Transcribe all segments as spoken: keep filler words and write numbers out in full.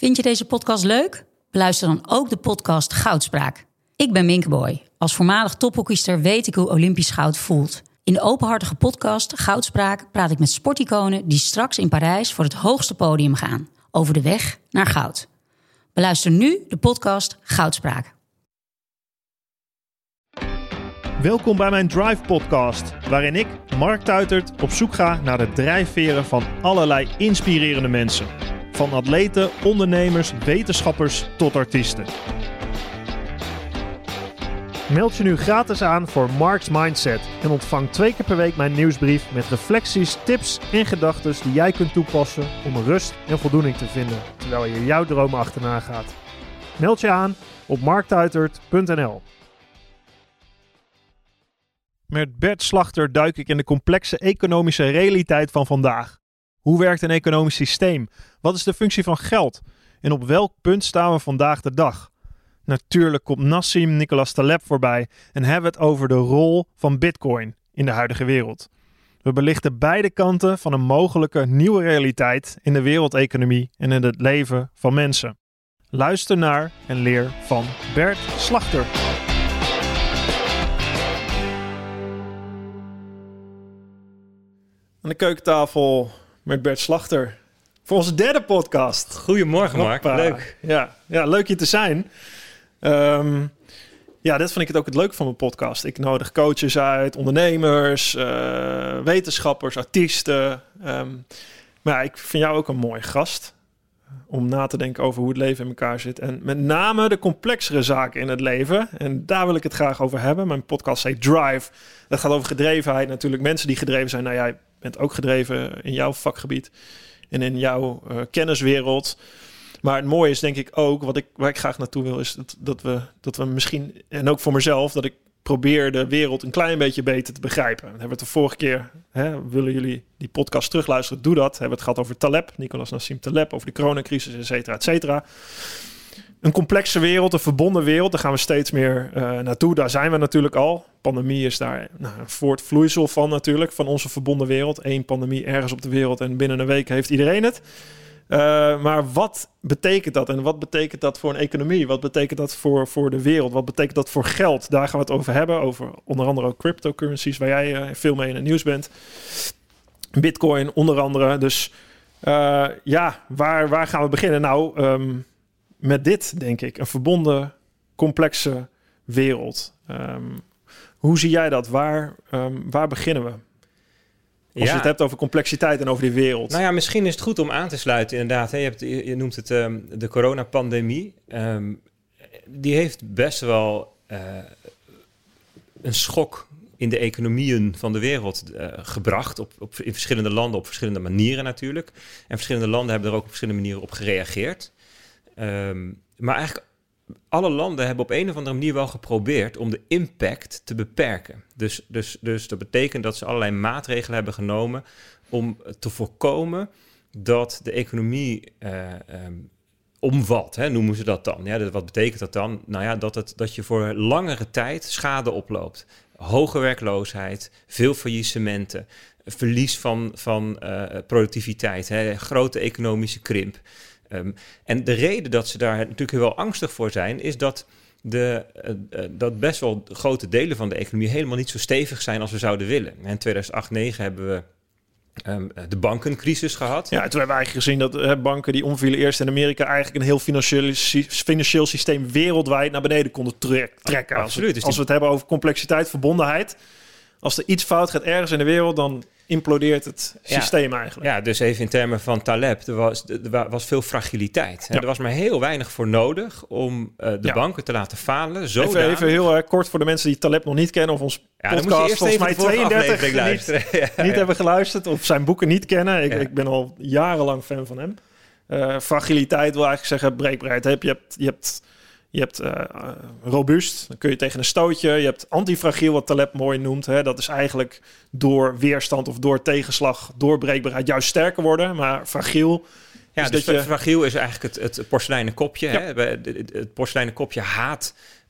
Vind je deze podcast leuk? Beluister dan ook de podcast Goudspraak. Ik ben Minke Boy. Als voormalig tophockeyster weet ik hoe Olympisch goud voelt. In de openhartige podcast Goudspraak praat ik met sporticonen die straks in Parijs voor het hoogste podium gaan. Over de weg naar goud. Beluister nu de podcast Goudspraak. Welkom bij mijn Drive podcast, waarin ik, Mark Tuitert, op zoek ga naar de drijfveren van allerlei inspirerende mensen. Van atleten, ondernemers, wetenschappers tot artiesten. Meld je nu gratis aan voor Mark's Mindset en ontvang twee keer per week mijn nieuwsbrief met reflecties, tips en gedachten die jij kunt toepassen om rust en voldoening te vinden terwijl je jouw dromen achterna gaat. Meld je aan op mark tuitert punt n l. Met Bert Slachter duik ik in de complexe economische realiteit van vandaag. Hoe werkt een economisch systeem? Wat is de functie van geld? En op welk punt staan we vandaag de dag? Natuurlijk komt Nassim Nicholas Taleb voorbij en hebben we het over de rol van Bitcoin in de huidige wereld. We belichten beide kanten van een mogelijke nieuwe realiteit in de wereldeconomie en in het leven van mensen. Luister naar en leer van Bert Slachter. Aan de keukentafel met Bert Slachter voor onze derde podcast. Goedemorgen, Mark. Hoppa. Leuk. Ja, ja, leuk je te zijn. Um, ja, dit vind ik het ook het leuke van mijn podcast. Ik nodig coaches uit, ondernemers, uh, wetenschappers, artiesten. Um, maar ja, ik vind jou ook een mooie gast om na te denken over hoe het leven in elkaar zit. En met name de complexere zaken in het leven. En daar wil ik het graag over hebben. Mijn podcast heet Drive. Dat gaat over gedrevenheid. Natuurlijk mensen die gedreven zijn. Nou, jij bent ook gedreven in jouw vakgebied en in jouw uh, kenniswereld. Maar het mooie is denk ik ook, wat ik, waar ik graag naartoe wil, is dat, dat, we, dat we misschien, en ook voor mezelf, dat ik probeer de wereld een klein beetje beter te begrijpen. We hebben het de vorige keer, hè, willen jullie die podcast terugluisteren, doe dat. We hebben het gehad over Taleb, Nicholas Nassim Taleb, over de coronacrisis, et cetera, et cetera. Een complexe wereld, een verbonden wereld, daar gaan we steeds meer uh, naartoe. Daar zijn we natuurlijk al. Pandemie is daar nou, een voortvloeisel van natuurlijk, van onze verbonden wereld. Eén pandemie ergens op de wereld en binnen een week heeft iedereen het. Uh, maar wat betekent dat? En wat betekent dat voor een economie? Wat betekent dat voor, voor de wereld? Wat betekent dat voor geld? Daar gaan we het over hebben. Over onder andere ook cryptocurrencies, waar jij uh, veel mee in het nieuws bent. Bitcoin onder andere. Dus uh, ja, waar, waar gaan we beginnen? Nou, um, met dit denk ik. Een verbonden, complexe wereld. Um, hoe zie jij dat? Waar, um, waar beginnen we? Als ja. je het hebt over complexiteit en over die wereld. Nou ja, misschien is het goed om aan te sluiten inderdaad. Hè. Je, hebt, je, je noemt het um, de coronapandemie. Um, die heeft best wel uh, een schok in de economieën van de wereld uh, gebracht. Op, op, in verschillende landen op verschillende manieren natuurlijk. En verschillende landen hebben er ook op verschillende manieren op gereageerd. Um, maar eigenlijk alle landen hebben op een of andere manier wel geprobeerd om de impact te beperken. Dus, dus, dus dat betekent dat ze allerlei maatregelen hebben genomen om te voorkomen dat de economie uh, um, omvalt, hè, noemen ze dat dan. Ja, dat, wat betekent dat dan? Nou ja, dat, het, dat je voor langere tijd schade oploopt. Hoge werkloosheid, veel faillissementen, verlies van, van uh, productiviteit, hè, grote economische krimp. Um, en de reden dat ze daar natuurlijk heel wel angstig voor zijn, is dat, de, uh, uh, dat best wel grote delen van de economie helemaal niet zo stevig zijn als we zouden willen. In tweeduizend acht negen hebben we um, de bankencrisis gehad. Ja, toen hebben we eigenlijk gezien dat uh, banken die omvielen eerst in Amerika eigenlijk een heel financieel, financieel systeem wereldwijd naar beneden konden trek, trekken. Ah, absoluut. Als, we, als we het hebben over complexiteit, verbondenheid. Als er iets fout gaat ergens in de wereld, dan implodeert het systeem ja, eigenlijk. Ja, dus even in termen van Taleb, er was, er was veel fragiliteit. Ja. Er was maar heel weinig voor nodig om uh, de ja. banken te laten falen. Even, even heel uh, kort voor de mensen die Taleb nog niet kennen of ons ja, podcast volgens mij tweeëndertig niet, ja, niet ja. hebben geluisterd of zijn boeken niet kennen. Ik, ja. ik ben al jarenlang fan van hem. Uh, fragiliteit wil eigenlijk zeggen breekbaarheid. Je hebt... Je hebt Je hebt uh, uh, robuust, dan kun je tegen een stootje. Je hebt antifragiel, wat Taleb mooi noemt. Hè. Dat is eigenlijk door weerstand of door tegenslag, door breekbaarheid juist sterker worden. Maar fragiel... Ja, is dus dat je... fragiel is eigenlijk het, het porseleinen kopje. Ja. Hè. Het porseleinen kopje haat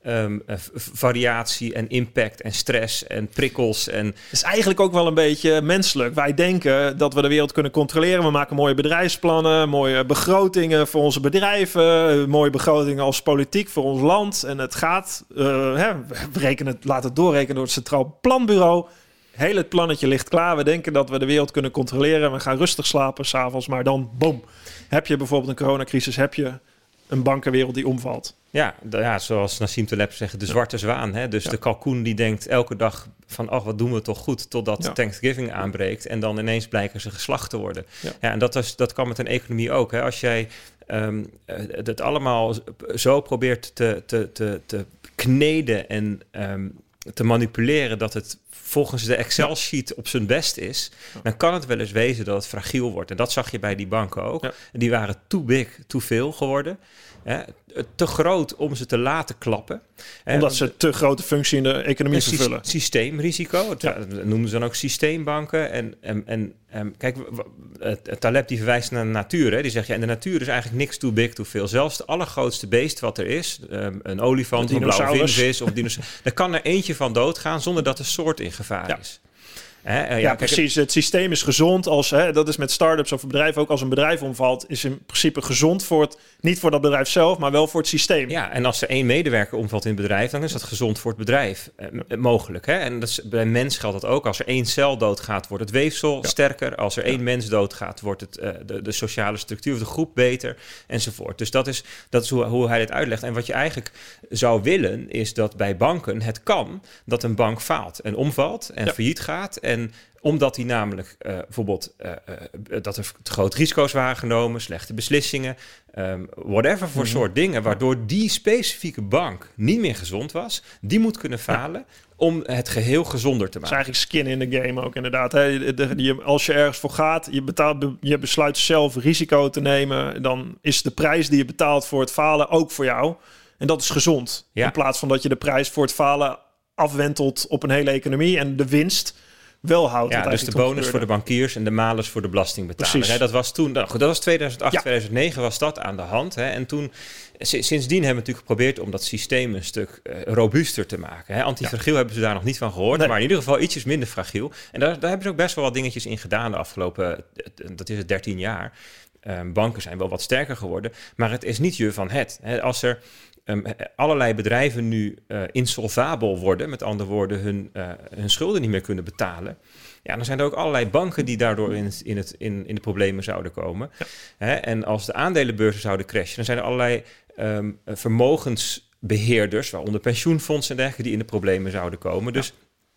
um, uh, variatie en impact en stress en prikkels. En... Het is eigenlijk ook wel een beetje menselijk. Wij denken dat we de wereld kunnen controleren. We maken mooie bedrijfsplannen, mooie begrotingen voor onze bedrijven, mooie begrotingen als politiek voor ons land. En het gaat, uh, hè, we rekenen het, laten het doorrekenen door het Centraal Planbureau. Heel het plannetje ligt klaar. We denken dat we de wereld kunnen controleren. We gaan rustig slapen 's avonds, maar dan, boom. Heb je bijvoorbeeld een coronacrisis, heb je een bankenwereld die omvalt. Ja, d- ja zoals Nassim Taleb zegt, de zwarte zwaan. Hè? Dus ja. de kalkoen die denkt elke dag van... ach, wat doen we toch goed, totdat Ja. Thanksgiving aanbreekt... en dan ineens blijken ze geslacht te worden. Ja. Ja, en dat, is, dat kan met een economie ook. Hè? Als jij um, het allemaal zo probeert te, te, te, te kneden en um, te manipuleren... dat het volgens de Excel-sheet op zijn best is... Ja. dan kan het wel eens wezen dat het fragiel wordt. En dat zag je bij die banken ook. Ja. Die waren too big, too veel geworden... Hè, te groot om ze te laten klappen. Omdat Hè, ze te grote functie in de economie een sy- vervullen. systeemrisico. Het, Ja. Dat noemen ze dan ook systeembanken. En, en, en, en kijk, w- w- Taleb die verwijst naar de natuur. Hè. Die zegt, ja, in de natuur is eigenlijk niks too big, too veel. Zelfs het allergrootste beest wat er is, um, een olifant, Een een blauwe dinosaurus. vinvis of dinosaurus, daar kan er eentje van doodgaan zonder dat de soort in gevaar Ja. is. Hè, uh, Ja, ja, kijk, precies. Het systeem is gezond. Als, hè, dat is met start-ups of bedrijven ook. Als een bedrijf omvalt, is in principe gezond voor het... niet voor dat bedrijf zelf, maar wel voor het systeem. Ja, en als er één medewerker omvalt in het bedrijf, dan is dat gezond voor het bedrijf eh, m- mogelijk. Hè? En dat is, bij mens geldt dat ook. Als er één cel doodgaat, wordt het weefsel Ja. sterker. Als er één Ja. mens doodgaat, wordt het, uh, de, de sociale structuur of de groep beter, enzovoort. Dus dat is, dat is hoe, hoe hij dit uitlegt. En wat je eigenlijk zou willen, is dat bij banken het kan dat een bank faalt en omvalt en Ja. failliet gaat. En omdat die namelijk uh, bijvoorbeeld uh, uh, dat er te grote risico's waren genomen, slechte beslissingen, um, whatever voor Mm-hmm. soort dingen, waardoor die specifieke bank niet meer gezond was, die moet kunnen falen ja. om het geheel gezonder te Dat maken. is eigenlijk skin in the game ook inderdaad. Hè. De, de, je, als je ergens voor gaat, je, betaalt, je besluit zelf risico te nemen, dan is de prijs die je betaalt voor het falen ook voor jou. En dat is gezond. Ja. In plaats van dat je de prijs voor het falen afwentelt op een hele economie en de winst wel houdt. Ja, dus de bonus voor de bankiers en de malus voor de belastingbetaler. Hè, dat was toen, nou goed, dat was tweeduizend acht, ja. tweeduizend negen was dat aan de hand. Hè, en toen, s- sindsdien hebben we natuurlijk geprobeerd om dat systeem een stuk uh, robuuster te maken. Hè. Antifragiel ja. hebben ze daar nog niet van gehoord, nee. maar in ieder geval ietsjes minder fragiel. En daar, daar hebben ze ook best wel wat dingetjes in gedaan de afgelopen, dat is het dertien jaar. Um, banken zijn wel wat sterker geworden, maar het is niet je van het. Hè. Als er Um, allerlei bedrijven nu uh, insolvabel worden, met andere woorden hun, uh, hun schulden niet meer kunnen betalen, ja, dan zijn er ook allerlei banken die daardoor in, het, in, het, in, in de problemen zouden komen. Ja. Hè, en als de aandelenbeurzen zouden crashen, dan zijn er allerlei um, vermogensbeheerders, waaronder pensioenfondsen en dergelijke, die in de problemen zouden komen. Ja. Dus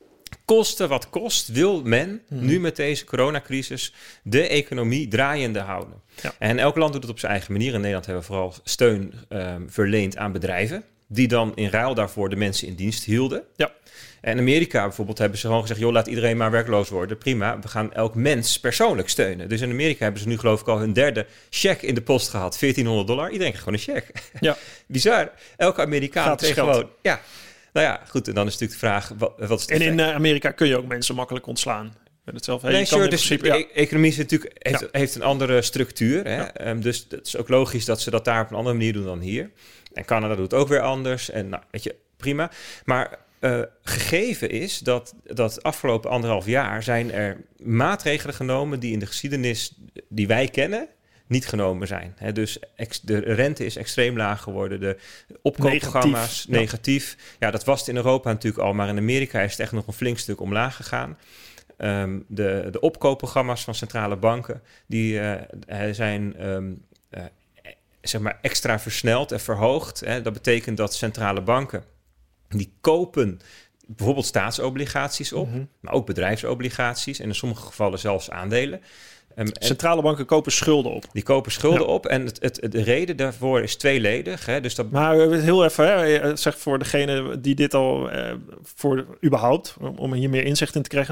koste wat kost, wil men hmm. nu met deze coronacrisis de economie draaiende houden. Ja. En elk land doet het op zijn eigen manier. In Nederland hebben we vooral steun um, verleend aan bedrijven, die dan in ruil daarvoor de mensen in dienst hielden. Ja. En in Amerika bijvoorbeeld hebben ze gewoon gezegd, joh, laat iedereen maar werkloos worden. Prima, we gaan elk mens persoonlijk steunen. Dus in Amerika hebben ze nu geloof ik al hun derde cheque in de post gehad. veertienhonderd dollar. Iedereen krijgt gewoon een cheque. Ja. Bizar. Elke Amerikaan kreeg gewoon... Ja. Nou ja, goed. En dan is natuurlijk de vraag, wat, wat is het En effect? in uh, Amerika kun je ook mensen makkelijk ontslaan. Het zelf, nee, sure, dus principe, de ja. e- economie is natuurlijk, heeft, ja. heeft een andere structuur. Hè? Ja. Um, dus het is ook logisch dat ze dat daar op een andere manier doen dan hier. En Canada doet het ook weer anders. En nou, weet je, prima. Maar uh, gegeven is dat, dat afgelopen anderhalf jaar zijn er maatregelen genomen die in de geschiedenis die wij kennen niet genomen zijn. He, dus ex, de rente is extreem laag geworden. De opkoopprogramma's negatief. negatief. Ja. ja, dat was het in Europa natuurlijk al, maar in Amerika is het echt nog een flink stuk omlaag gegaan. Um, de, de opkoopprogramma's van centrale banken die uh, zijn um, uh, zeg maar extra versneld en verhoogd. Hè. Dat betekent dat centrale banken die kopen bijvoorbeeld staatsobligaties op, mm-hmm. maar ook bedrijfsobligaties en in sommige gevallen zelfs aandelen. Um, Centrale banken kopen schulden op. Die kopen schulden ja. op. En het, het, de reden daarvoor is tweeledig. Hè? Dus dat... Maar heel even, hè, zeg voor degene die dit al uh, voor überhaupt, om hier meer inzicht in te krijgen.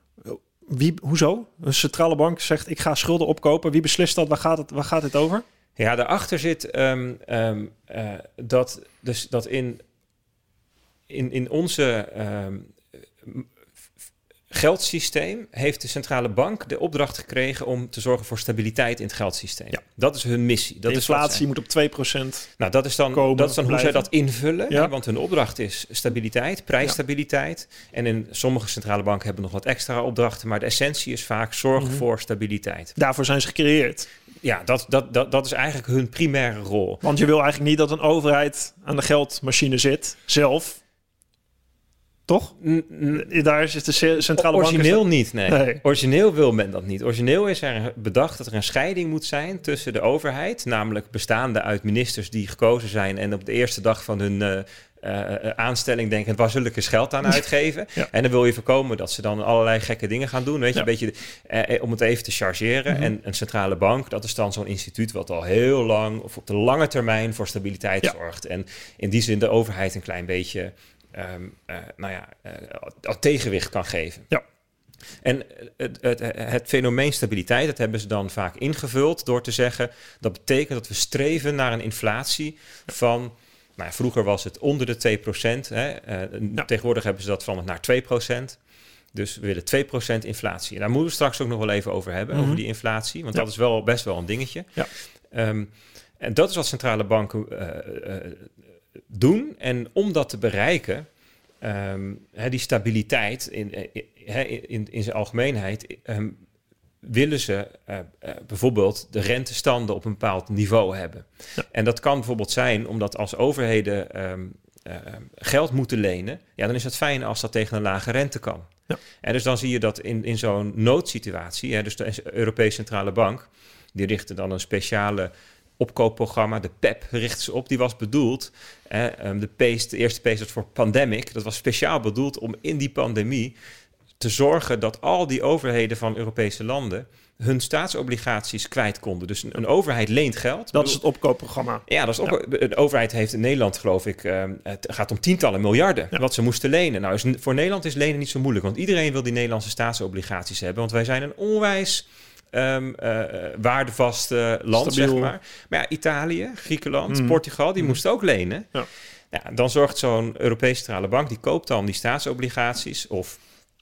Wie, hoezo? Een centrale bank zegt, ik ga schulden opkopen. Wie beslist dat? Waar gaat het, waar gaat het over? Ja, daarachter zit um, um, uh, dat, dus dat in, in, in onze... Um, geldsysteem heeft de centrale bank de opdracht gekregen om te zorgen voor stabiliteit in het geldsysteem. Ja. Dat is hun missie. Dat de inflatie is moet op twee procent Nou, dat is dan, komen, dat is dan hoe zij dat invullen. Ja. Hè, want hun opdracht is stabiliteit, prijsstabiliteit. Ja. En in sommige centrale banken hebben nog wat extra opdrachten. Maar de essentie is vaak zorgen mm-hmm. voor stabiliteit. Daarvoor zijn ze gecreëerd. Ja, dat, dat, dat, dat is eigenlijk hun primaire rol. Want je wil eigenlijk niet dat een overheid aan de geldmachine zit, zelf. Toch? N- n- Daar is de centrale bank... Origineel niet, nee. nee. Origineel wil men dat niet. Origineel is er bedacht dat er een scheiding moet zijn tussen de overheid, namelijk bestaande uit ministers die gekozen zijn en op de eerste dag van hun uh, uh, aanstelling denken, waar zul ik eens geld aan uitgeven? Ja. En dan wil je voorkomen dat ze dan allerlei gekke dingen gaan doen. Weet je, ja. een beetje uh, om het even te chargeren. Mm-hmm. En een centrale bank, dat is dan zo'n instituut wat al heel lang, of op de lange termijn voor stabiliteit ja. zorgt. En in die zin de overheid een klein beetje Um, uh, nou ja, uh, tegenwicht kan geven. Ja. En het, het, het fenomeen stabiliteit, dat hebben ze dan vaak ingevuld door te zeggen, dat betekent dat we streven naar een inflatie van, nou ja, vroeger was het onder de twee procent. Hè, uh, ja. Tegenwoordig hebben ze dat van naar twee procent. Dus we willen twee procent inflatie. En daar moeten we straks ook nog wel even over hebben, mm-hmm. over die inflatie, want ja. dat is wel best wel een dingetje. Ja. Um, en dat is wat centrale banken uh, uh, doen. En om dat te bereiken, um, he, die stabiliteit in, in, in, in zijn algemeenheid, um, willen ze uh, uh, bijvoorbeeld de rentestanden op een bepaald niveau hebben. Ja. En dat kan bijvoorbeeld zijn omdat als overheden um, uh, geld moeten lenen, ja, dan is het fijn als dat tegen een lage rente kan. Ja. En dus dan zie je dat in, in zo'n noodsituatie, hè, dus de Europese Centrale Bank, die richten dan een speciale opkoopprogramma, de P E P, richten ze op. Die was bedoeld, eh, de, pace, de eerste pace was voor pandemic. Dat was speciaal bedoeld om in die pandemie te zorgen dat al die overheden van Europese landen hun staatsobligaties kwijt konden. Dus een, een overheid leent geld. Dat bedoel, is het opkoopprogramma. Ja, dat is op, ja. De overheid heeft in Nederland, geloof ik, uh, het gaat om tientallen miljarden ja. wat ze moesten lenen. Nou, is, voor Nederland is lenen niet zo moeilijk, want iedereen wil die Nederlandse staatsobligaties hebben, want wij zijn een onwijs Um, uh, waardevast uh, land, Stabiel. zeg maar. Maar ja, Italië, Griekenland, mm. Portugal, die mm. moesten ook lenen. Ja. Ja, dan zorgt zo'n Europese Centrale Bank, die koopt dan die staatsobligaties of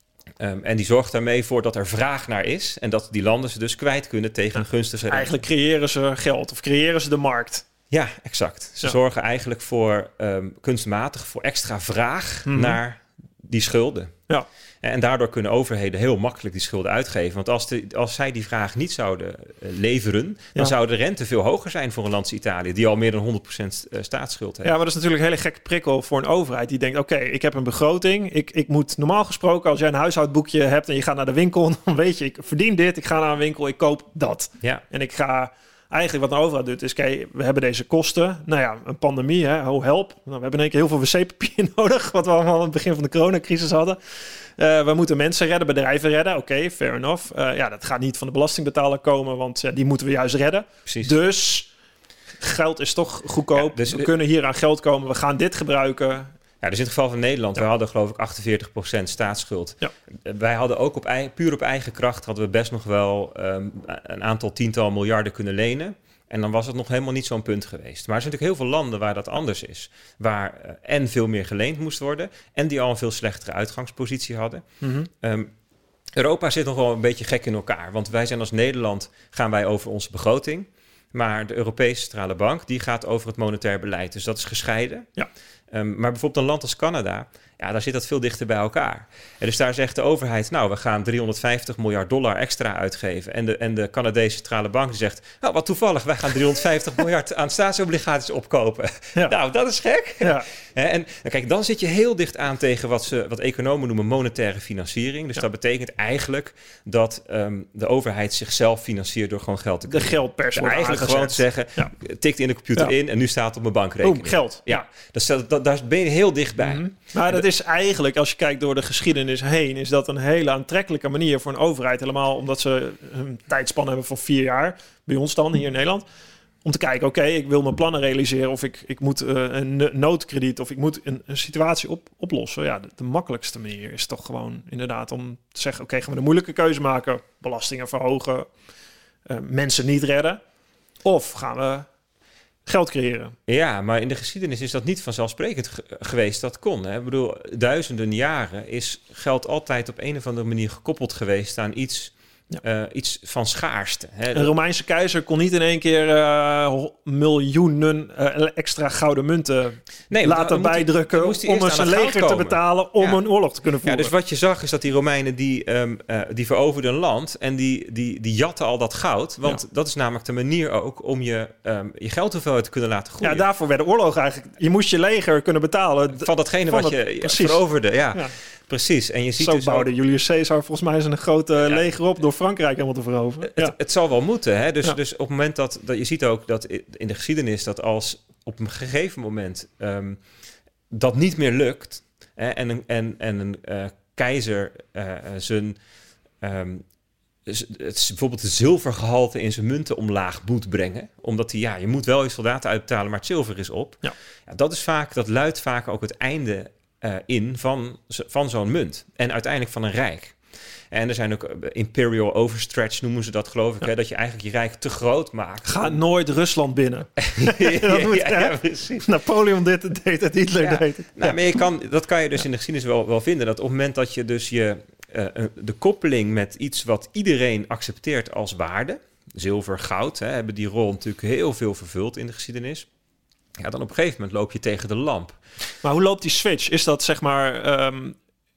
Um, en die zorgt daarmee voor dat er vraag naar is en dat die landen ze dus kwijt kunnen tegen ja. een gunstige rente. Eigenlijk creëren ze geld of creëren ze de markt. Ja, exact. Ze ja. zorgen eigenlijk voor um, kunstmatig voor extra vraag mm-hmm. naar die schulden. Ja. En daardoor kunnen overheden heel makkelijk die schulden uitgeven. Want als, de, als zij die vraag niet zouden leveren, dan ja. zou de rente veel hoger zijn voor een land als Italië, die al meer dan honderd procent staatsschuld heeft. Ja, maar dat is natuurlijk een hele gekke prikkel voor een overheid die denkt, oké, okay, ik heb een begroting. Ik, ik moet normaal gesproken, als jij een huishoudboekje hebt en je gaat naar de winkel, dan weet je, ik verdien dit, ik ga naar een winkel, ik koop dat. Ja. En ik ga... Eigenlijk wat een overheid doet is, kijk, we hebben deze kosten. Nou ja, een pandemie, hè, oh help. Nou, we hebben in één keer heel veel wc-papier nodig, wat we allemaal aan het begin van de coronacrisis hadden. Uh, we moeten mensen redden, bedrijven redden. Oké, okay, fair enough. Uh, ja, dat gaat niet van de belastingbetaler komen, want uh, die moeten we juist redden. Precies. Dus geld is toch goedkoop. Ja, dus, we kunnen hier aan geld komen, we gaan dit gebruiken. Ja, dus in het geval van Nederland, ja. we hadden geloof ik achtenveertig procent staatsschuld. Ja. Wij hadden ook op eigen, puur op eigen kracht hadden we best nog wel um, een aantal tiental miljarden kunnen lenen. En dan was het nog helemaal niet zo'n punt geweest. Maar er zijn natuurlijk heel veel landen waar dat anders is. Waar uh, en veel meer geleend moest worden en die al een veel slechtere uitgangspositie hadden. Mm-hmm. Um, Europa zit nog wel een beetje gek in elkaar. Want wij zijn als Nederland, gaan wij over onze begroting. Maar de Europese Centrale Bank, die gaat over het monetair beleid. Dus dat is gescheiden. Ja. Um, maar bijvoorbeeld een land als Canada, ja, daar zit dat veel dichter bij elkaar. En dus daar zegt de overheid, nou, we gaan driehonderdvijftig miljard dollar extra uitgeven. En de, en de Canadese Centrale Bank die zegt, nou, wat toevallig, wij gaan driehonderdvijftig miljard aan staatsobligaties opkopen. Ja. Nou, dat is gek. Ja. En kijk, dan zit je heel dicht aan tegen wat, ze, wat economen noemen monetaire financiering. Dus ja. dat betekent eigenlijk dat um, de overheid zichzelf financiert door gewoon geld te krijgen. De geldpers wordt eigenlijk aangezet. Gewoon te zeggen, ja. tikt in de computer ja. in en nu staat het op mijn bankrekening. Boom, geld. Ja, dat, dat, dat, daar ben je heel dichtbij. Mm-hmm. Maar dat is eigenlijk, als je kijkt door de geschiedenis heen, is dat een hele aantrekkelijke manier voor een overheid. Helemaal omdat ze een tijdspan hebben van vier jaar. Bij ons dan, hier in Nederland. Om te kijken, oké, okay, ik wil mijn plannen realiseren. Of ik, ik moet uh, een noodkrediet. Of ik moet een, een situatie op, oplossen. Ja, de, de makkelijkste manier is toch gewoon inderdaad om te zeggen, oké, okay, gaan we een moeilijke keuze maken. Belastingen verhogen. Uh, mensen niet redden. Of gaan we geld creëren. Ja, maar in de geschiedenis is dat niet vanzelfsprekend ge- geweest. Dat kon. Hè. Ik bedoel, duizenden jaren is geld altijd op een of andere manier gekoppeld geweest aan iets, ja. uh, iets van schaarste. Hè. Een Romeinse keizer kon niet in één keer uh, miljoenen uh, extra gouden munten nee, laten dan, dan bijdrukken moet hij, dan om zijn leger te betalen om ja. een oorlog te kunnen voeren. Ja, dus wat je zag is dat die Romeinen die, um, uh, die veroverden een land en die, die, die jatten al dat goud. Want ja. dat is namelijk de manier ook om je, um, je geldhoeveelheid te kunnen laten groeien. Ja, daarvoor werden oorlogen eigenlijk. Je moest je leger kunnen betalen. Van datgene van wat dat, je precies. veroverde, ja. ja. Precies. En je ziet Zo dus bouwde ook, Julius Caesar volgens mij zijn grote ja. leger op door Frankrijk helemaal te veroveren. Het, ja. het zal wel moeten. Hè? Dus, ja. dus op het moment dat, dat je ziet ook dat in de geschiedenis dat als op een gegeven moment um, dat niet meer lukt hè, en een, en, en een uh, keizer uh, zijn um, het, bijvoorbeeld het zilvergehalte in zijn munten omlaag moet brengen, omdat hij ja, je moet wel je soldaten uitbetalen, maar het zilver is op. Ja. Ja, dat is vaak, dat luidt vaak ook het einde Uh, in van, van zo'n munt. En uiteindelijk van een rijk. En er zijn ook uh, imperial overstretch, noemen ze dat, geloof ik. Ja. Hè, dat je eigenlijk je rijk te groot maakt. Ga nooit Rusland binnen. ja, moet, ja, ja, precies. Napoleon dit deed het, Hitler ja. deed het. Nou, maar je kan, dat kan je dus ja. in de geschiedenis wel, wel vinden. Dat op het moment dat je dus je, uh, de koppeling met iets wat iedereen accepteert als waarde, zilver, goud, hè, hebben die rol natuurlijk heel veel vervuld in de geschiedenis. Ja, dan op een gegeven moment loop je tegen de lamp. Maar hoe loopt die switch? Is dat zeg maar... Um,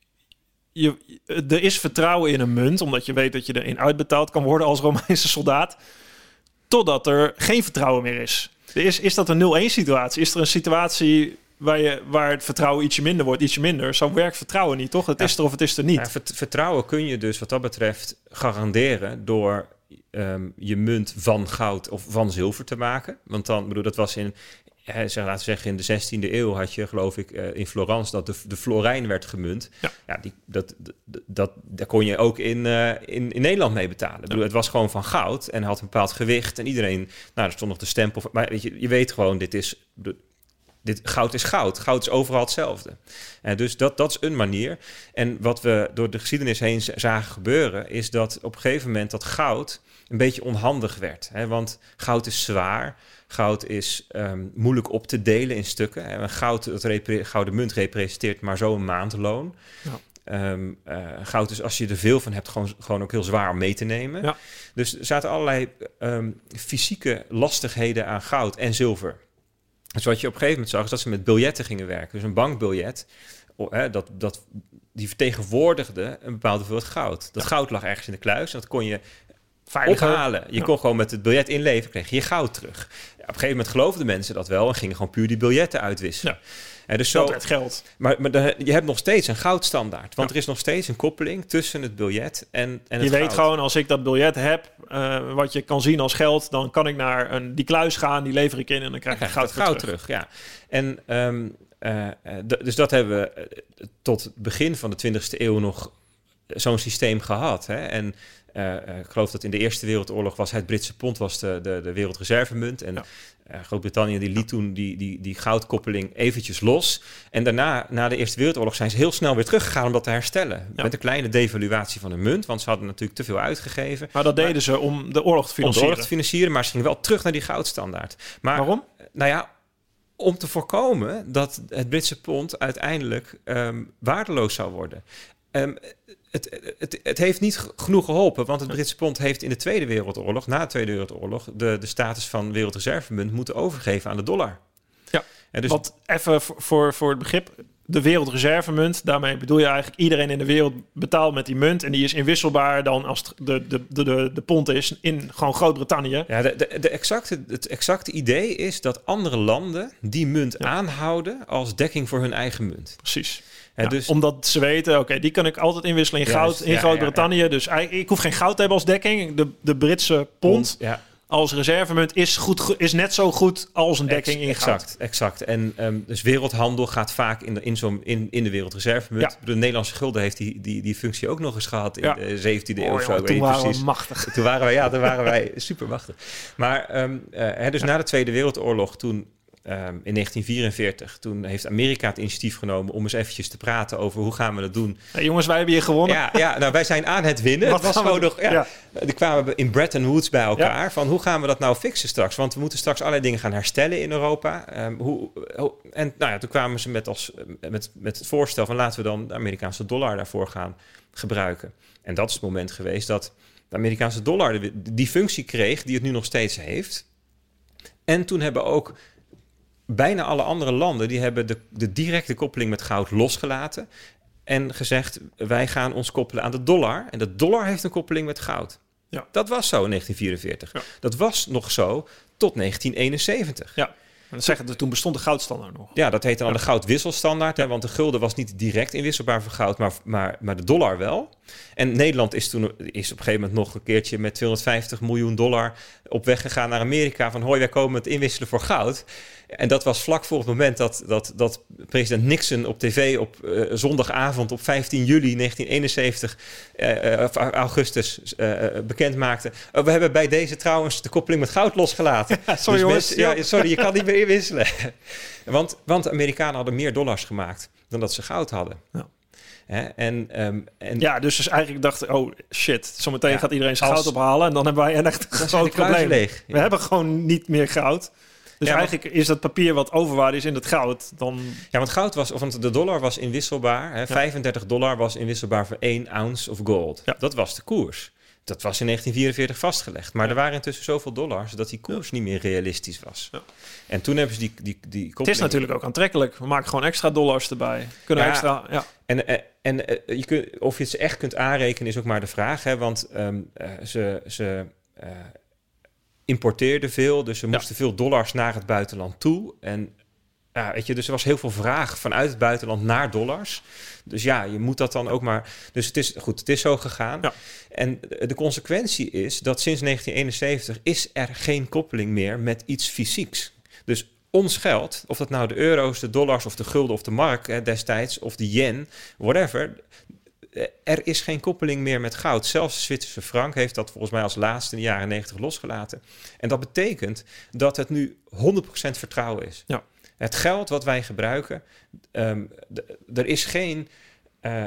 je, er is vertrouwen in een munt, omdat je weet dat je erin uitbetaald kan worden als Romeinse soldaat, totdat er geen vertrouwen meer is. Is, is dat een nul-één situatie? Is er een situatie waar, je, waar het vertrouwen ietsje minder wordt, ietsje minder? Zo werkt vertrouwen niet, toch? Het ja. is er of het is er niet. Ja, vertrouwen kun je dus wat dat betreft garanderen door um, je munt van goud of van zilver te maken. Want dan, bedoel, dat was in... He, zeg, laten we zeggen, in de zestiende eeuw had je, geloof ik, uh, in Florence dat de, de florijn werd gemunt. Ja. Ja, die, dat, dat, dat, daar kon je ook in, uh, in, in Nederland mee betalen. Ja. Ik bedoel, het was gewoon van goud en had een bepaald gewicht. En iedereen, nou, er stond nog de stempel. Maar weet je, je weet gewoon, dit is... Dit, goud is goud. Goud is overal hetzelfde. En dus dat, dat is een manier. En wat we door de geschiedenis heen zagen gebeuren, is dat op een gegeven moment dat goud een beetje onhandig werd. Hè? Want goud is zwaar. Goud is um, moeilijk op te delen in stukken. En goud, dat repre- gouden munt representeert maar zo een maandloon. Ja. Um, uh, goud is, als je er veel van hebt, gewoon, gewoon ook heel zwaar om mee te nemen. Ja. Dus er zaten allerlei um, fysieke lastigheden aan goud en zilver. Dus wat je op een gegeven moment zag, is dat ze met biljetten gingen werken. Dus een bankbiljet, oh, hè, dat, dat, die vertegenwoordigde een bepaalde hoeveelheid goud. Dat ja. goud lag ergens in de kluis en dat kon je Veiliger. ophalen. Je ja. kon gewoon met het biljet inleveren, kreeg je je goud terug. Ja, op een gegeven moment geloofden mensen dat wel en gingen gewoon puur die biljetten uitwisselen. Ja. En dus zo, het geld. Maar, maar de, je hebt nog steeds een goudstandaard. Want ja. er is nog steeds een koppeling tussen het biljet en, en het Je goud. weet gewoon, als ik dat biljet heb, uh, wat je kan zien als geld, dan kan ik naar een, die kluis gaan, die lever ik in en dan krijg ik goud, het goud terug. terug. Ja. En um, uh, d- dus dat hebben we uh, tot het begin van de twintigste eeuw nog zo'n systeem gehad. Hè? En uh, uh, ik geloof dat in de Eerste Wereldoorlog was het Britse pond was de, de, de wereldreservemunt. En ja. uh, Groot-Brittannië die liet toen die, die, die goudkoppeling eventjes los. En daarna, na de Eerste Wereldoorlog, zijn ze heel snel weer teruggegaan om dat te herstellen. Ja. Met een kleine devaluatie van de munt, want ze hadden natuurlijk te veel uitgegeven. Maar dat deden maar, ze om de oorlog te financieren. Om de oorlog te financieren, maar ze gingen wel terug naar die goudstandaard. Maar, waarom? Nou ja, om te voorkomen dat het Britse pond uiteindelijk um, waardeloos zou worden. Um, het, het, het heeft niet genoeg geholpen, want het Britse pond heeft in de Tweede Wereldoorlog, na de Tweede Wereldoorlog, de, de status van wereldreservemunt moeten overgeven aan de dollar. Ja, en dus wat even voor, voor het begrip, de wereldreservemunt, daarmee bedoel je eigenlijk iedereen in de wereld betaalt met die munt en die is inwisselbaar dan als de, de, de, de, de pond is in gewoon Groot-Brittannië. Ja, de, de, de exacte, het exacte idee is dat andere landen die munt ja. aanhouden als dekking voor hun eigen munt. Precies. Ja, dus, omdat ze weten, oké, okay, die kan ik altijd inwisselen in goud juist, in ja, Groot-Brittannië. Ja, ja. Dus ik hoef geen goud te hebben als dekking. De, de Britse pond, pond ja. als reservemunt is, goed, is net zo goed als een dekking Ex, in goud. Exact, exact. En um, dus wereldhandel gaat vaak in de, in zo'n, in, in de wereldreservemunt. Ja. De Nederlandse gulden heeft die, die, die functie ook nog eens gehad in ja. de zeventiende eeuw. Oh, zo, toen waren precies. we machtig. Toen waren wij, ja, toen waren wij super machtig. Maar um, uh, hè, dus ja. na de Tweede Wereldoorlog, toen um, in negentien vierenveertig, toen heeft Amerika het initiatief genomen om eens eventjes te praten over hoe gaan we dat doen. Hey, jongens, wij hebben hier gewonnen. Ja, ja, nou, wij zijn aan het winnen. Wat het was gewoon nog, ja, ja. Die kwamen in Bretton Woods bij elkaar. Ja. Van hoe gaan we dat nou fixen straks? Want we moeten straks allerlei dingen gaan herstellen in Europa. Um, hoe, hoe, en nou ja, toen kwamen ze met, als, met, met het voorstel van laten we dan de Amerikaanse dollar daarvoor gaan gebruiken. En dat is het moment geweest dat de Amerikaanse dollar de, die functie kreeg die het nu nog steeds heeft. En toen hebben ook bijna alle andere landen die hebben de, de directe koppeling met goud losgelaten en gezegd wij gaan ons koppelen aan de dollar. En de dollar heeft een koppeling met goud. Ja. Dat was zo in negentien vierenveertig. Ja. Dat was nog zo tot negentien eenenzeventig. Ja. Dat zeggen we, toen bestond de goudstandaard nog. Ja, dat heette dan ja. de goudwisselstandaard. Hè, want de gulden was niet direct inwisselbaar voor goud, maar, maar, maar de dollar wel. En Nederland is toen is op een gegeven moment nog een keertje met tweehonderdvijftig miljoen dollar op weg gegaan naar Amerika. Van hoi, wij komen het inwisselen voor goud. En dat was vlak voor het moment dat, dat, dat president Nixon op tv op uh, zondagavond op vijftien juli negentien eenenzeventig, uh, of augustus, uh, bekend maakte. Uh, we hebben bij deze trouwens de koppeling met goud losgelaten. Ja, sorry dus jongens. mensen, ja, sorry, je kan niet meer inwisselen. want, want de Amerikanen hadden meer dollars gemaakt dan dat ze goud hadden. Ja. Hè? En, um, en ja, dus, dus eigenlijk dachten, oh shit, zometeen ja, gaat iedereen zijn als, goud ophalen en dan hebben wij een echt groot probleem. Leeg. We ja. hebben gewoon niet meer goud. Dus ja, eigenlijk maar, is dat papier wat overwaarde is in het goud dan... Ja, want goud was, of want de dollar was inwisselbaar. Hè, ja. vijfendertig dollar was inwisselbaar voor één ounce of gold. Ja. Dat was de koers. Dat was in negentien vierenveertig vastgelegd. Maar ja. er waren intussen zoveel dollars dat die koers ja. niet meer realistisch was. Ja. En toen hebben ze die, die, die koppeling... Het is natuurlijk ook aantrekkelijk. We maken gewoon extra dollars erbij. Kunnen ja. extra... Ja. En, en, en je kunt, of je het ze echt kunt aanrekenen is ook maar de vraag. Hè, want um, uh, ze... ze uh, importeerden veel, dus ze moesten ja. veel dollars naar het buitenland toe. En ja, weet je, dus er was heel veel vraag vanuit het buitenland naar dollars. Dus ja, je moet dat dan ook maar... Dus het is goed, het is zo gegaan. Ja. En de consequentie is dat sinds negentien eenenzeventig is er geen koppeling meer met iets fysieks. Dus ons geld, of dat nou de euro's, de dollars of de gulden of de mark hè, destijds, of de yen, whatever... Er is geen koppeling meer met goud. Zelfs de Zwitserse frank heeft dat volgens mij als laatste in de jaren negentig losgelaten. En dat betekent dat het nu honderd procent vertrouwen is. Ja. Het geld wat wij gebruiken, um, d- er is geen uh, uh,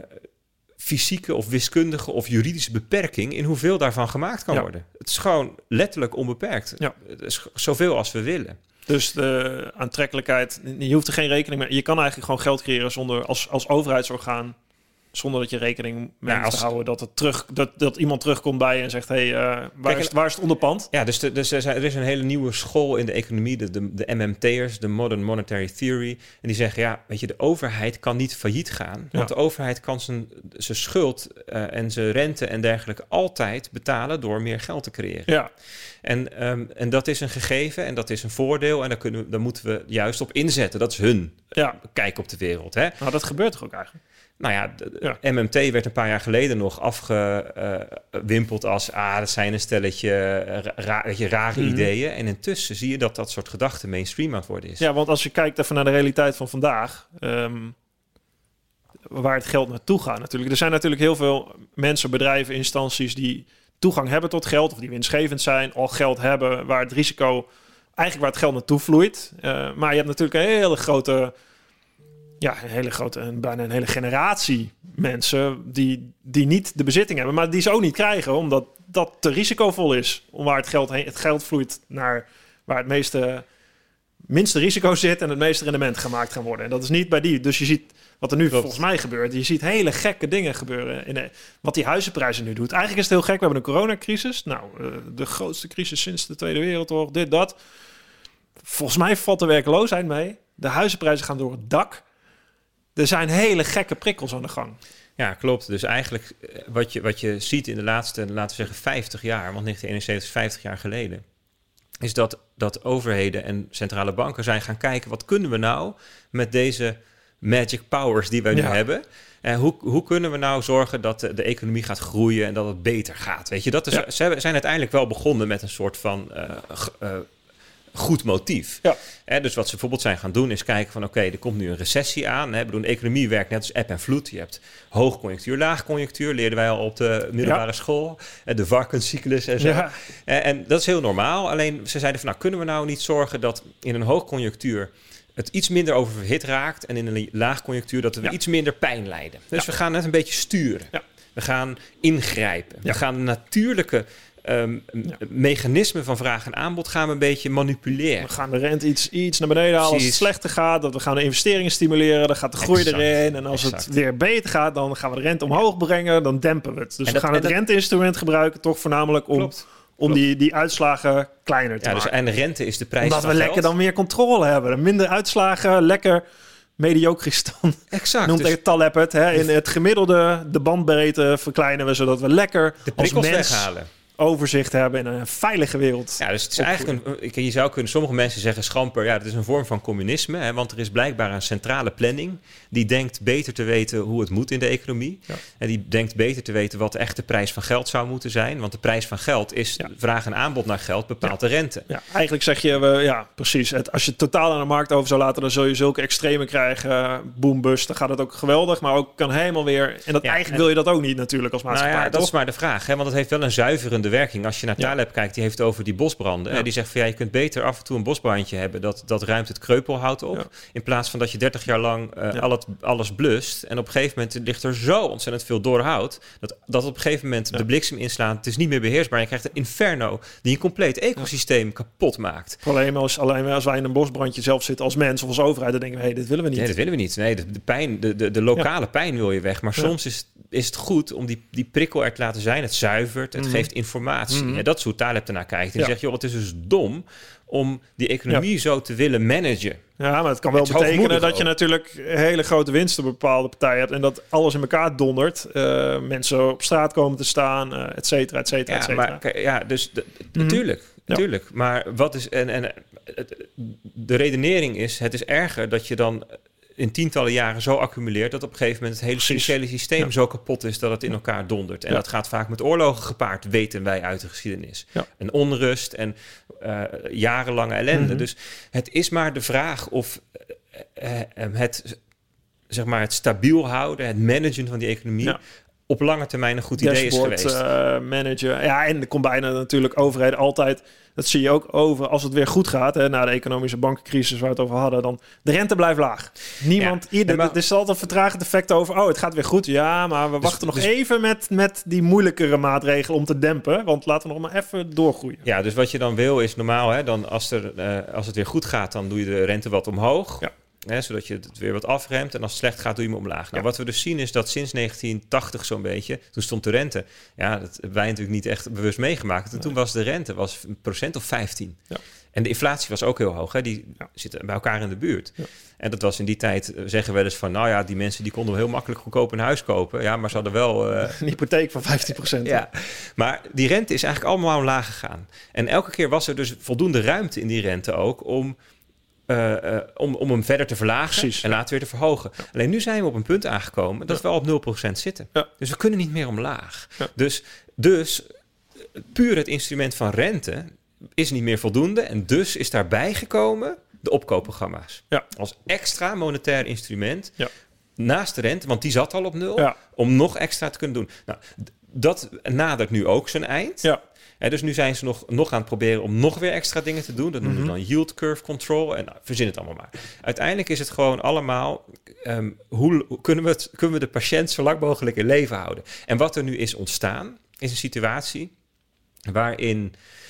fysieke of wiskundige of juridische beperking in hoeveel daarvan gemaakt kan ja. worden. Het is gewoon letterlijk onbeperkt. Ja. Het is zoveel als we willen. Dus de aantrekkelijkheid, je hoeft er geen rekening mee. Je kan eigenlijk gewoon geld creëren zonder als, als overheidsorgaan. Zonder dat je rekening mee ja, als... te houden dat, het terug, dat, dat iemand terugkomt bij je en zegt... hé, hey, uh, waar, Kijk, is, waar is het onderpand? Ja, dus, de, dus er is een hele nieuwe school in de economie, de, de, de M M T'ers, de Modern Monetary Theory. En die zeggen, ja, weet je, de overheid kan niet failliet gaan. Want ja. de overheid kan zijn, zijn schuld uh, en zijn rente en dergelijke altijd betalen door meer geld te creëren. Ja. En, um, en dat is een gegeven en dat is een voordeel. En daar, kunnen we, daar moeten we juist op inzetten. Dat is hun ja. kijk op de wereld. Hè? Nou, dat gebeurt toch ook eigenlijk? Nou ja, de, ja, M M T werd een paar jaar geleden nog afgewimpeld uh, als... ah, dat zijn een stelletje ra- weet je, rare mm-hmm. ideeën. En intussen zie je dat dat soort gedachten mainstream aan het worden is. Ja, want als je kijkt even naar de realiteit van vandaag... Um, waar het geld naartoe gaat natuurlijk. Er zijn natuurlijk heel veel mensen, bedrijven, instanties... die toegang hebben tot geld of die winstgevend zijn... al geld hebben waar het risico... eigenlijk waar het geld naartoe vloeit. Uh, maar je hebt natuurlijk een hele grote... Ja, een hele grote, een, bijna een hele generatie mensen die, die niet de bezitting hebben, maar die ze ook niet krijgen, omdat dat te risicovol is. Om waar het geld heen, het geld vloeit naar waar het meeste, minste risico zit en het meeste rendement gemaakt gaan worden. En dat is niet bij die. Dus je ziet wat er nu Klopt. volgens mij gebeurt. Je ziet hele gekke dingen gebeuren in de, wat die huizenprijzen nu doet. Eigenlijk is het heel gek. We hebben een coronacrisis. Nou, de grootste crisis sinds de Tweede Wereldoorlog. Dit, dat. Volgens mij valt de werkloosheid mee. De huizenprijzen gaan door het dak. Er zijn hele gekke prikkels aan de gang. Ja, klopt. Dus eigenlijk wat je, wat je ziet in de laatste, laten we zeggen, vijftig jaar... want negentien eenenzeventig is vijftig jaar geleden... is dat, dat overheden en centrale banken zijn gaan kijken... wat kunnen we nou met deze magic powers die wij nu ja. hebben... En hoe, hoe kunnen we nou zorgen dat de, de economie gaat groeien... en dat het beter gaat? Weet je, dat is, ja. ze zijn uiteindelijk wel begonnen met een soort van... Uh, uh, goed motief. Ja. Hè, dus wat ze bijvoorbeeld zijn gaan doen is kijken van oké, okay, er komt nu een recessie aan. Hè. Ik bedoel, de economie werkt net als eb en vloed. Je hebt hoogconjunctuur, laagconjunctuur. Leerden wij al op de middelbare ja. school. De varkenscyclus en zo. Ja. En dat is heel normaal. Alleen ze zeiden van nou, kunnen we nou niet zorgen dat in een hoogconjunctuur het iets minder oververhit raakt en in een laagconjunctuur dat we ja. iets minder pijn lijden. Dus ja. we gaan net een beetje sturen. Ja. We gaan ingrijpen. Ja. We gaan de natuurlijke um, ja. mechanismen van vraag en aanbod gaan we een beetje manipuleren. We gaan de rente iets, iets naar beneden halen als het slechter gaat. Dat we gaan de investeringen stimuleren. Dan gaat de groei exact. erin. En als exact. het weer beter gaat, dan gaan we de rente omhoog brengen. Dan dempen we het. Dus en we dat, gaan het dat... renteinstrument gebruiken toch voornamelijk om... Klopt. Om die, die uitslagen kleiner te ja, maken. Dus, en de rente is de prijs Omdat van we geld. lekker dan meer controle hebben. Minder uitslagen, lekker mediocristan. Exact. Noemt dus, Taleb het. Hè? In het gemiddelde, de bandbreedte verkleinen we... zodat we lekker de als mens weghalen. overzicht hebben in een veilige wereld. Ja, dus het is eigenlijk een, je zou kunnen, sommige mensen zeggen schamper, ja, dat is een vorm van communisme, hè, want er is blijkbaar een centrale planning die denkt beter te weten hoe het moet in de economie. Ja. En die denkt beter te weten wat de echte prijs van geld zou moeten zijn, want de prijs van geld is ja. vraag en aanbod naar geld bepaalt ja. de rente. Ja, eigenlijk zeg je, we, ja, precies. Het, als je het totaal aan de markt over zou laten, dan zul je zulke extreme krijgen, boom bust, dan gaat het ook geweldig, maar ook kan helemaal weer. En dat ja, eigenlijk en, wil je dat ook niet natuurlijk als maatschappij. Nou ja, dat toch? Is maar de vraag, hè, want het heeft wel een zuiverende werking. Als je naar Taleb ja. kijkt, die heeft over die bosbranden. Ja. Die zegt van ja, je kunt beter af en toe een bosbrandje hebben. Dat, dat ruimt het kreupelhout op. Ja. In plaats van dat je dertig jaar lang uh, ja. al het, alles blust. En op een gegeven moment ligt er zo ontzettend veel door hout. Dat, dat op een gegeven moment ja. de bliksem inslaat. Het is niet meer beheersbaar. Je krijgt een inferno die een compleet ecosysteem ja. kapot maakt. Alleen als, alleen als wij in een bosbrandje zelf zitten als mens of als overheid, dan denken we, hé, hey, dit willen we niet. Nee, dat willen we niet. Nee, de, de pijn, de, de, de lokale ja. pijn wil je weg. Maar ja. soms is, is het goed om die, die prikkel er te laten zijn. Het zuivert, het mm. geeft informatie. Mm. Ja, dat is hoe Taleb ernaar kijkt. En ja. die zegt, joh, het is dus dom om die economie ja. zo te willen managen. Ja, maar het kan wel het betekenen dat ook. je natuurlijk hele grote winsten op bepaalde partijen hebt en dat alles in elkaar dondert. Uh, mensen op straat komen te staan, uh, et cetera, et cetera, ja, et cetera. Maar, ja, dus de, mm-hmm. natuurlijk, natuurlijk. Ja. Maar wat is en, en de redenering is, het is erger dat je dan in tientallen jaren zo accumuleert dat op een gegeven moment het hele financiële systeem ja. zo kapot is dat het in elkaar dondert. En ja. dat gaat vaak met oorlogen gepaard, weten wij uit de geschiedenis. Ja. En onrust en uh, jarenlange ellende. Mm-hmm. Dus het is maar de vraag of uh, uh, het, zeg maar, het stabiel houden, het managen van die economie ja. op lange termijn een goed idee Dashboard, is geweest. Uh, managen. Ja, en er komt bijna natuurlijk overheden altijd. Dat zie je ook over als het weer goed gaat. Hè, na de economische bankencrisis waar we het over hadden. Dan de rente blijft laag. Niemand. Ja, ieder, maar, er is altijd een vertragend effect over. Oh, het gaat weer goed. Ja, maar we dus, wachten nog dus, even met, met die moeilijkere maatregelen om te dempen. Want laten we nog maar even doorgroeien. Ja, dus wat je dan wil is normaal. Hè, dan als, er, uh, als het weer goed gaat, dan doe je de rente wat omhoog. Ja. Hè, zodat je het weer wat afremt. En als het slecht gaat, doe je hem omlaag. Nou, ja. Wat we dus zien is dat sinds negentien tachtig zo'n beetje, toen stond de rente. Ja, dat hebben wij natuurlijk niet echt bewust meegemaakt. En nee. toen was de rente was een procent of vijftien. Ja. En de inflatie was ook heel hoog. Hè? Die ja. zitten bij elkaar in de buurt. Ja. En dat was in die tijd, zeggen we wel eens van, nou ja, die mensen die konden heel makkelijk goedkoop een huis kopen. Ja, maar ze hadden wel Uh... een hypotheek van vijftien procent. Ja, maar die rente is eigenlijk allemaal omlaag gegaan. En elke keer was er dus voldoende ruimte in die rente ook om Uh, uh, om, om hem verder te verlagen Precies, en ja. later weer te verhogen. Ja. Alleen nu zijn we op een punt aangekomen dat ja. we al op nul procent zitten. Ja. Dus we kunnen niet meer omlaag. Ja. Dus, dus puur het instrument van rente is niet meer voldoende. En dus is daarbij gekomen de opkoopprogramma's. Ja. Als extra monetair instrument ja. naast de rente, want die zat al op nul, ja. om nog extra te kunnen doen. Nou, d- dat nadert nu ook zijn eind. Ja. He, dus nu zijn ze nog, nog aan het proberen om nog weer extra dingen te doen. Dat noemen we mm-hmm. dan yield curve control. En nou, verzin het allemaal maar. Uiteindelijk is het gewoon allemaal Um, hoe, hoe kunnen, we het, kunnen we de patiënt zo lang mogelijk in leven houden? En wat er nu is ontstaan, is een situatie waarin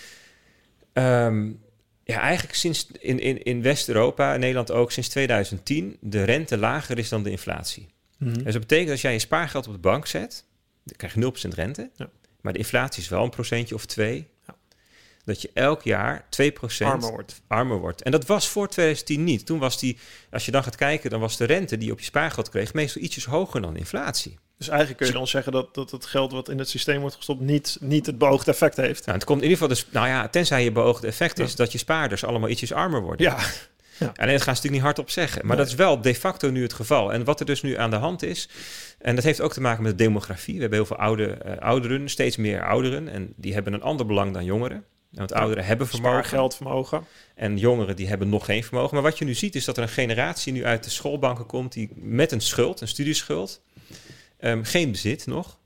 Um, ja, eigenlijk sinds in, in, in West-Europa, in Nederland ook, sinds tweeduizend tien de rente lager is dan de inflatie. Mm-hmm. Dus dat betekent dat als jij je spaargeld op de bank zet, dan krijg je nul procent rente. Ja. Maar de inflatie is wel een procentje of twee. Ja. Dat je elk jaar twee procent armer wordt. armer wordt. En dat was voor tweeduizend tien niet. Toen was die, als je dan gaat kijken, dan was de rente die je op je spaargeld kreeg meestal ietsjes hoger dan de inflatie. Dus eigenlijk kun je dan zeggen dat, dat het geld wat in het systeem wordt gestopt niet, niet het beoogde effect heeft. Nou, het komt in ieder geval dus, nou ja, tenzij je beoogde effect is ja. dat je spaarders allemaal ietsjes armer worden. Ja. Ja. En dat gaan ze natuurlijk niet hardop zeggen. Maar nee. dat is wel de facto nu het geval. En wat er dus nu aan de hand is, en dat heeft ook te maken met de demografie. We hebben heel veel oude, uh, ouderen, steeds meer ouderen. En die hebben een ander belang dan jongeren. Want ouderen ja, hebben vermogen. Spaargeld, vermogen. En jongeren die hebben nog geen vermogen. Maar wat je nu ziet is dat er een generatie nu uit de schoolbanken komt... die met een schuld, een studieschuld, um, geen bezit nog.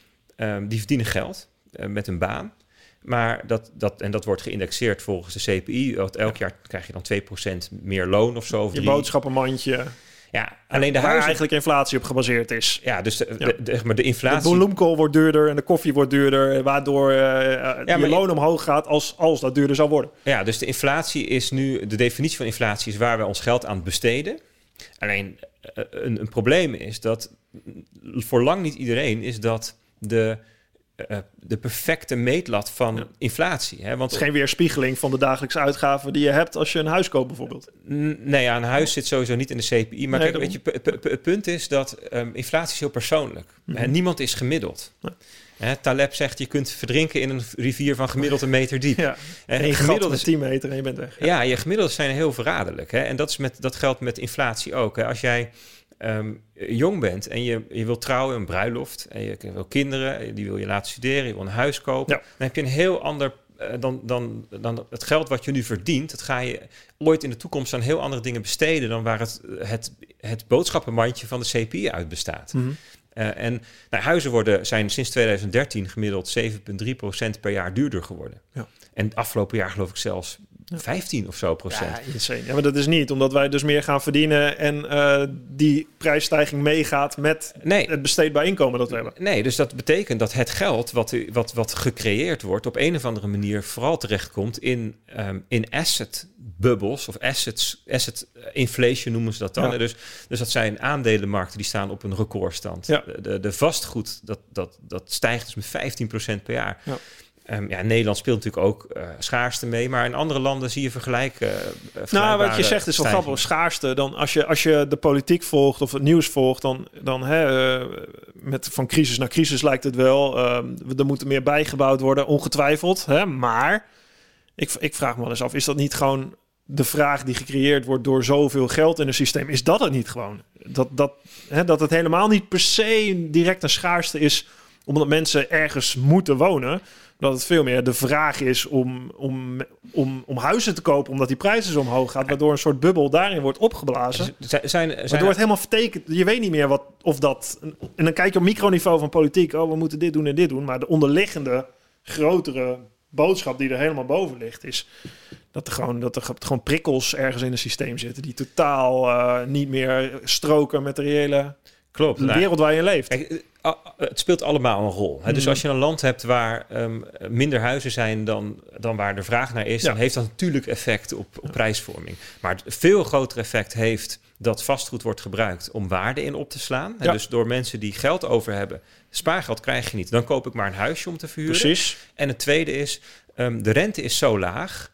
Um, die verdienen geld uh, met een baan. Maar dat, dat, en dat wordt geïndexeerd volgens de C P I. Elk jaar krijg je dan twee procent meer loon of zo. Of je drie. boodschappenmandje. Ja, alleen de waar huizen... eigenlijk inflatie op gebaseerd is. Ja, dus de, ja. de, de, maar de inflatie... De bloemkool wordt duurder en de koffie wordt duurder... waardoor uh, ja, je maar... loon omhoog gaat als, als dat duurder zou worden. Ja, dus de inflatie is nu... De definitie van inflatie is waar we ons geld aan het besteden. Alleen uh, een, een probleem is dat... voor lang niet iedereen is dat de... Uh, de perfecte meetlat van ja. inflatie. Hè? Want het is geen weerspiegeling van de dagelijkse uitgaven die je hebt als je een huis koopt bijvoorbeeld. N- nee, ja, een huis zit sowieso niet in de C P I. Maar nee, kijk, weet je, p- p- p- het punt is dat um, inflatie is heel persoonlijk. Mm-hmm. Hè, niemand is gemiddeld. Nee. Hè, Taleb zegt, je kunt verdrinken in een rivier van gemiddeld een meter diep. Ja, en een gemiddeld is tien meter en je bent weg. Ja, ja je gemiddelden zijn heel verraderlijk. Hè? En dat, is met, dat geldt met inflatie ook. Hè? Als jij... Um, jong bent en je, je wil trouwen, een bruiloft... en je wil kinderen, die wil je laten studeren... je wil een huis kopen... Ja. dan heb je een heel ander... Uh, dan, dan, dan het geld wat je nu verdient... dat ga je ooit in de toekomst aan heel andere dingen besteden... dan waar het, het, het boodschappenmandje van de C P I uit bestaat. Mm-hmm. Uh, en nou, huizen worden, zijn sinds twintig dertien gemiddeld zeven komma drie procent per jaar duurder geworden. Ja. En afgelopen jaar geloof ik zelfs... vijftien of zo procent. Ja, insane. Ja, maar dat is niet, omdat wij dus meer gaan verdienen... en uh, die prijsstijging meegaat met nee. het besteedbaar inkomen dat we hebben. Nee, dus dat betekent dat het geld wat, wat, wat gecreëerd wordt... op een of andere manier vooral terechtkomt in, um, in asset bubbles... of assets, asset inflation noemen ze dat dan. Ja. Dus, dus dat zijn aandelenmarkten die staan op een recordstand. Ja. De, de, de vastgoed, dat, dat, dat stijgt dus met vijftien procent per jaar... Ja. Um, ja, Nederland speelt natuurlijk ook uh, schaarste mee, maar in andere landen zie je vergelijken. Uh, nou, wat je zegt is wel grappig. Schaarste, dan als je als je de politiek volgt of het nieuws volgt, dan dan hè, uh, met van crisis naar crisis lijkt het wel. Uh, er moet meer bijgebouwd worden, ongetwijfeld. Hè, maar ik ik vraag me wel eens af, is dat niet gewoon de vraag die gecreëerd wordt door zoveel geld in een systeem? Is dat het niet gewoon? Dat dat hè, dat het helemaal niet per se direct een schaarste is, omdat mensen ergens moeten wonen. Dat het veel meer de vraag is om, om, om, om huizen te kopen... omdat die prijzen zo omhoog gaat... waardoor een soort bubbel daarin wordt opgeblazen. Zijn, zijn, waardoor het helemaal vertekend... Je weet niet meer wat of dat... En dan kijk je op microniveau van politiek... oh, we moeten dit doen en dit doen. Maar de onderliggende, grotere boodschap die er helemaal boven ligt... is dat er gewoon, dat er gewoon prikkels ergens in het systeem zitten... die totaal uh, niet meer stroken met de reële... Klopt. De nou, wereld waar je leeft. Kijk, het speelt allemaal een rol. Hè? Dus mm. als je een land hebt waar um, minder huizen zijn dan, dan waar de vraag naar is... Ja. dan heeft dat natuurlijk effect op, op ja. prijsvorming. Maar het veel groter effect heeft dat vastgoed wordt gebruikt... om waarde in op te slaan. Ja. Dus door mensen die geld over hebben... spaargeld krijg je niet. Dan koop ik maar een huisje om te verhuren. Precies. En het tweede is, um, de rente is zo laag...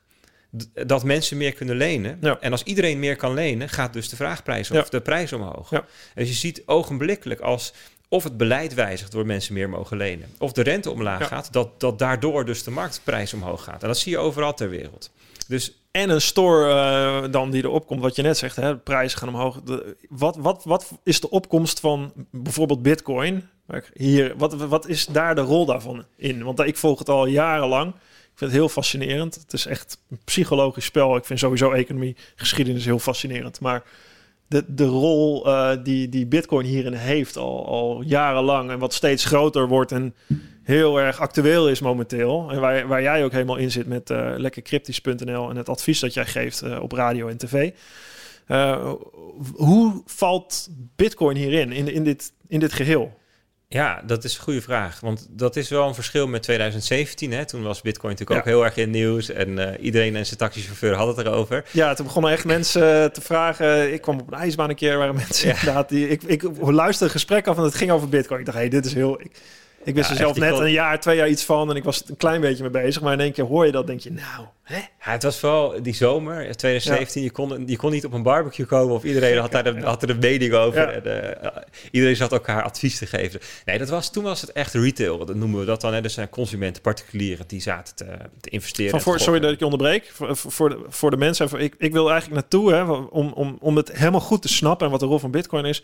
dat mensen meer kunnen lenen. Ja. En als iedereen meer kan lenen... gaat dus de vraagprijs of ja. de prijs omhoog. Ja. Dus je ziet ogenblikkelijk als... of het beleid wijzigt door mensen meer mogen lenen... of de rente omlaag ja. gaat... Dat, dat daardoor dus de marktprijs omhoog gaat. En dat zie je overal ter wereld. Dus... En een store uh, dan die erop komt, wat je net zegt, hè, de prijzen gaan omhoog. De, wat, wat, wat is de opkomst van bijvoorbeeld Bitcoin? Hier, wat, wat is daar de rol daarvan in? Want ik volg het al jarenlang. Ik vind het heel fascinerend. Het is echt een psychologisch spel. Ik vind sowieso economie, geschiedenis heel fascinerend. Maar de, de rol uh, die, die Bitcoin hierin heeft al, al jarenlang... en wat steeds groter wordt en heel erg actueel is momenteel... en waar, waar jij ook helemaal in zit met uh, lekkercryptisch punt n l... en het advies dat jij geeft uh, op radio en tv... Uh, hoe valt Bitcoin hierin, in, in, dit, in dit geheel? Ja, dat is een goede vraag. Want dat is wel een verschil met twintig zeventien. Hè? Toen was Bitcoin natuurlijk ja. ook heel erg in het nieuws. En uh, iedereen en zijn taxichauffeur hadden het erover. Ja, toen begonnen echt mensen te vragen. Ik kwam op een ijsbaan een keer waar mensen ja. inderdaad... Die, ik, ik luisterde een gesprek af en het ging over Bitcoin. Ik dacht, hé, hey, dit is heel... Ik, ik wist ja, er zelf net kon... een jaar, twee jaar iets van... en ik was een klein beetje mee bezig. Maar in één keer hoor je dat, denk je, nou... Hè? Ja, het was wel die zomer, twintig zeventien. Ja. Je, kon, je kon niet op een barbecue komen... of iedereen had, daar de, ja. had er een mening over. Ja. En, uh, iedereen zat elkaar advies te geven. Nee, dat was, toen was het echt retail. Dat noemen we dat dan. Hè? Dus zijn consumenten, particulieren... die zaten te, te investeren. Van voor, sorry dat ik je onderbreek. Voor, voor, de, voor de mensen... Voor, ik, ik wil eigenlijk naartoe... Hè, om, om, om het helemaal goed te snappen... en wat de rol van Bitcoin is...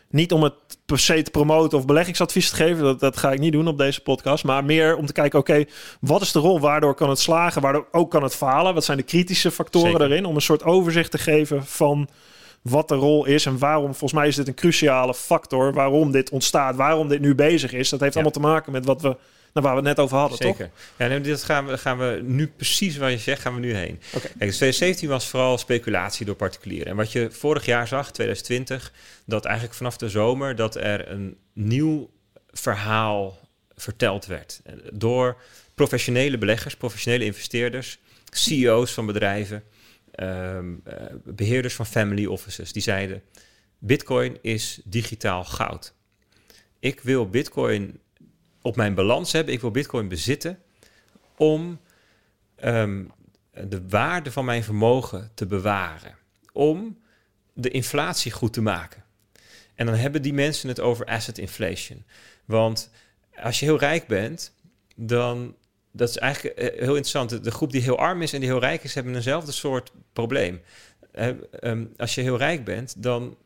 Niet om het per se te promoten of beleggingsadvies te geven. Dat, dat ga ik niet doen op deze podcast. Maar meer om te kijken, oké, okay, wat is de rol? Waardoor kan het slagen? Waardoor ook kan het falen? Wat zijn de kritische factoren Zeker. daarin? Om een soort overzicht te geven van wat de rol is en waarom. Volgens mij is dit een cruciale factor waarom dit ontstaat. Waarom dit nu bezig is. Dat heeft ja. allemaal te maken met wat we, nou, waar we het net over hadden, Zeker. toch? Ja, nee, dit gaan we, gaan we nu precies waar je zegt, gaan we nu heen. Okay. Kijk, twintig zeventien was vooral speculatie door particulieren. En wat je vorig jaar zag, twintig twintig, dat eigenlijk vanaf de zomer dat er een nieuw verhaal verteld werd. Door professionele beleggers, professionele investeerders, C E O's van bedrijven, um, uh, beheerders van family offices. Die zeiden, Bitcoin is digitaal goud. Ik wil Bitcoin op mijn balans hebben. Ik wil Bitcoin bezitten om um, de waarde van mijn vermogen te bewaren. Om de inflatie goed te maken. En dan hebben die mensen het over asset inflation. Want als je heel rijk bent, dan... Dat is eigenlijk heel interessant. De groep die heel arm is en die heel rijk is, hebben eenzelfde soort probleem. Uh, um, als je heel rijk bent, dan...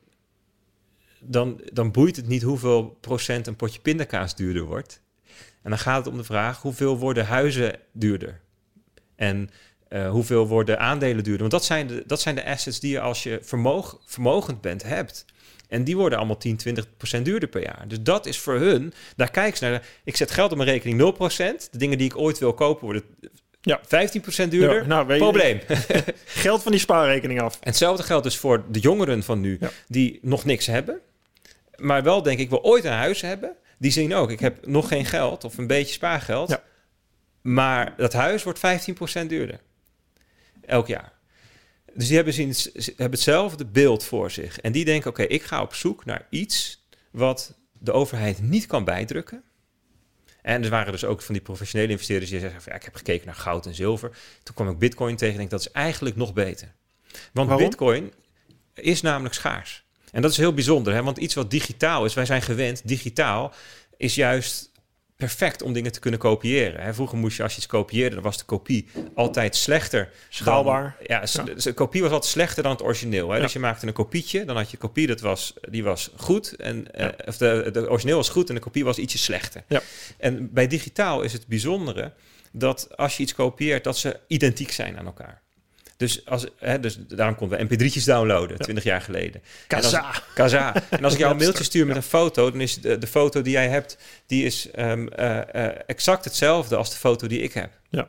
Dan, dan boeit het niet hoeveel procent een potje pindakaas duurder wordt. En dan gaat het om de vraag, hoeveel worden huizen duurder? En uh, hoeveel worden aandelen duurder? Want dat zijn, de, dat zijn de assets die je als je vermoog, vermogend bent hebt. En die worden allemaal tien, twintig procent duurder per jaar. Dus dat is voor hun, daar kijken ze naar. Ik zet geld op mijn rekening nul procent. De dingen die ik ooit wil kopen worden ja. vijftien procent duurder. Ja, nou, probleem. Geld van die spaarrekening af. En hetzelfde geldt dus voor de jongeren van nu, ja. die nog niks hebben. Maar wel denk ik, wil ooit een huis hebben. Die zien ook, ik heb nog geen geld of een beetje spaargeld. Ja. Maar dat huis wordt vijftien procent duurder. Elk jaar. Dus die hebben, zien, hebben hetzelfde beeld voor zich. En die denken, oké, okay, ik ga op zoek naar iets wat de overheid niet kan bijdrukken. En er waren dus ook van die professionele investeerders die zeggen, van, ja, ik heb gekeken naar goud en zilver. Toen kwam ik Bitcoin tegen en denk, dat is eigenlijk nog beter. Want Waarom? Bitcoin is namelijk schaars. En dat is heel bijzonder, hè? Want iets wat digitaal is, wij zijn gewend, digitaal is juist perfect om dingen te kunnen kopiëren. Hè? Vroeger moest je, als je iets kopieerde, dan was de kopie altijd slechter. Schaalbaar. Dan, ja, ja. De kopie was altijd slechter dan het origineel. Hè? Ja. Dus je maakte een kopietje, dan had je kopie, dat was, die was goed. En, ja. uh, of de, de origineel was goed en de kopie was ietsje slechter. Ja. En bij digitaal is het bijzondere dat als je iets kopieert, dat ze identiek zijn aan elkaar. Dus, als, hè, dus daarom konden we M P drie'tjes downloaden, ja. twintig jaar geleden. Kaza. Kaza. En als ik jou een mailtje stuur met een foto, dan is de, de foto die jij hebt, die is um, uh, uh, exact hetzelfde als de foto die ik heb. Ja.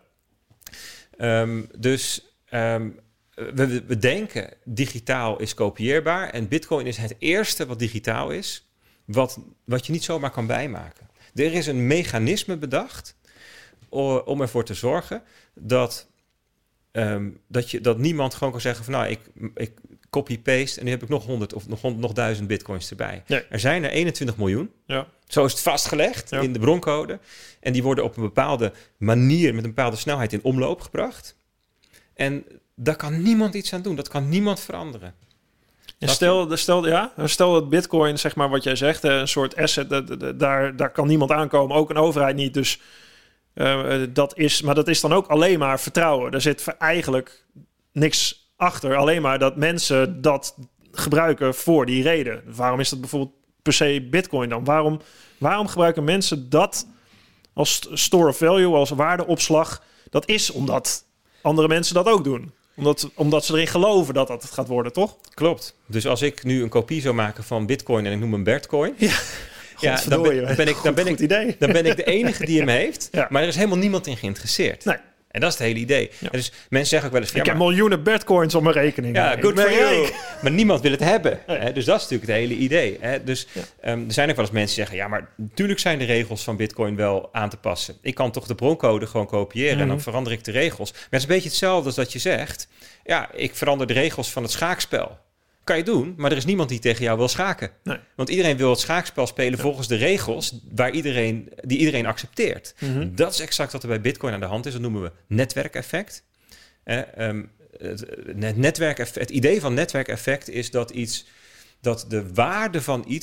Um, dus um, we, we denken, digitaal is kopieerbaar. En Bitcoin is het eerste wat digitaal is, wat, wat je niet zomaar kan bijmaken. Er is een mechanisme bedacht om ervoor te zorgen dat... Um, dat, je, dat niemand gewoon kan zeggen van nou, ik, ik copy-paste en nu heb ik nog honderd of nog, nog duizend bitcoins erbij. Nee. Er zijn er eenentwintig miljoen. Ja. Zo is het vastgelegd ja. in de broncode. En die worden op een bepaalde manier, met een bepaalde snelheid in omloop gebracht. En daar kan niemand iets aan doen. Dat kan niemand veranderen. En stel, stel, ja, stel dat bitcoin, zeg maar wat jij zegt, een soort asset, daar, daar kan niemand aankomen, ook een overheid niet. Dus Uh, dat is, maar dat is dan ook alleen maar vertrouwen. Er zit eigenlijk niks achter. Alleen maar dat mensen dat gebruiken voor die reden. Waarom is dat bijvoorbeeld per se Bitcoin dan? Waarom, waarom gebruiken mensen dat als store of value, als waardeopslag? Dat is omdat andere mensen dat ook doen. Omdat, omdat ze erin geloven dat dat het gaat worden, toch? Klopt. Dus als ik nu een kopie zou maken van Bitcoin en ik noem hem Bertcoin... Ja. Ja, dan ben, dan ben ik, dan ben ik, idee. dan ben ik de enige die hem heeft, ja. maar er is helemaal niemand in geïnteresseerd. Nee. En dat is het hele idee. Ja. En dus mensen zeggen ook wel eens... Ik ja, heb maar, miljoenen bitcoins op mijn rekening. Ja, good for you. Maar niemand wil het hebben. Nee. Hè? Dus dat is natuurlijk het hele idee. Hè? Dus ja. um, er zijn ook wel eens mensen die zeggen... ja, maar natuurlijk zijn de regels van bitcoin wel aan te passen. Ik kan toch de broncode gewoon kopiëren... Mm-hmm. en dan verander ik de regels. Maar het is een beetje hetzelfde als dat je zegt... ja, ik verander de regels van het schaakspel. Kan je doen, maar er is niemand die tegen jou wil schaken. Nee. Want iedereen wil het schaakspel spelen ja. volgens de regels waar iedereen, die iedereen accepteert. Mm-hmm. Dat is exact wat er bij Bitcoin aan de hand is. Dat noemen we netwerkeffect. Eh, um, het, netwerkeffect het idee van netwerkeffect is dat, iets, dat de waarde van iets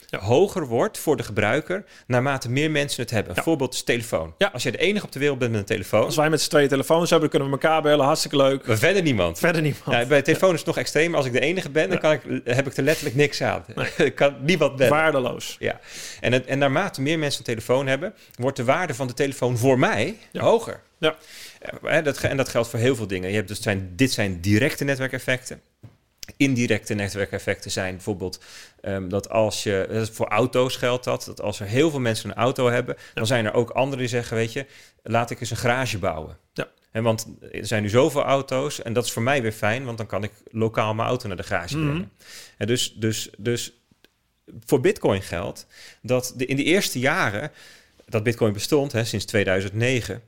ja. hoger wordt voor de gebruiker naarmate meer mensen het hebben. Een ja. voorbeeld is telefoon. Ja. Als jij de enige op de wereld bent met een telefoon. Als wij met z'n tweeën telefoons hebben, dan kunnen we elkaar bellen. Hartstikke leuk. Maar verder niemand. Verder niemand. Ja, bij de telefoon is het nog extremer. Als ik de enige ben, dan kan ik, heb ik er letterlijk niks aan. Nee. kan niemand bellen. Waardeloos. Ja. En, het, en naarmate meer mensen een telefoon hebben, wordt de waarde van de telefoon voor mij ja. hoger. Ja. Uh, dat, en dat geldt voor heel veel dingen. Je hebt dus zijn, dit zijn directe netwerkeffecten. Indirecte netwerkeffecten zijn bijvoorbeeld um, dat als je... Dat voor auto's geldt dat. Dat als er heel veel mensen een auto hebben, ja. dan zijn er ook anderen die zeggen, weet je, laat ik eens een garage bouwen. Ja. En want er zijn nu zoveel auto's en dat is voor mij weer fijn, want dan kan ik lokaal mijn auto naar de garage mm-hmm. brengen. En dus, dus, dus voor Bitcoin geldt dat de, in de eerste jaren dat Bitcoin bestond, hè, sinds tweeduizend negen...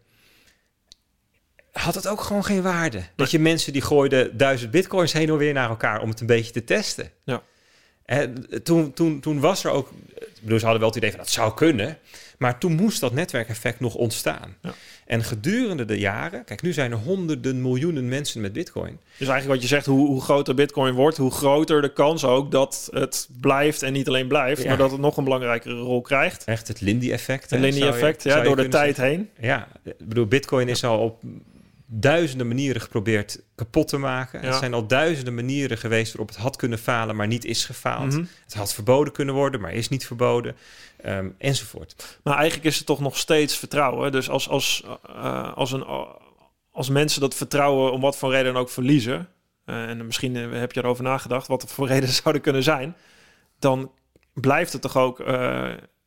had het ook gewoon geen waarde. Nee. Dat je mensen die gooiden duizend bitcoins heen en weer naar elkaar om het een beetje te testen. Ja. En toen, toen, toen was er ook... Ik bedoel, ze hadden wel het idee van dat zou kunnen. Maar toen moest dat netwerkeffect nog ontstaan. Ja. En gedurende de jaren... Kijk, nu zijn er honderden miljoenen mensen met bitcoin. Dus eigenlijk wat je zegt, hoe, hoe groter bitcoin wordt, hoe groter de kans ook dat het blijft en niet alleen blijft, ja. maar dat het nog een belangrijkere rol krijgt. Echt het Lindy-effect. Het Lindy-effect, ja, door de tijd zeggen. heen. Ja, ik bedoel, bitcoin is al op duizenden manieren geprobeerd kapot te maken. Ja. Er zijn al duizenden manieren geweest waarop het had kunnen falen, maar niet is gefaald. Mm-hmm. Het had verboden kunnen worden, maar is niet verboden. Um, enzovoort. Maar eigenlijk is het toch nog steeds vertrouwen. Dus als, als, uh, als, een, als mensen dat vertrouwen om wat voor reden dan ook verliezen, uh, en misschien uh, heb je erover nagedacht wat er voor redenen zouden kunnen zijn, dan blijft het toch ook uh,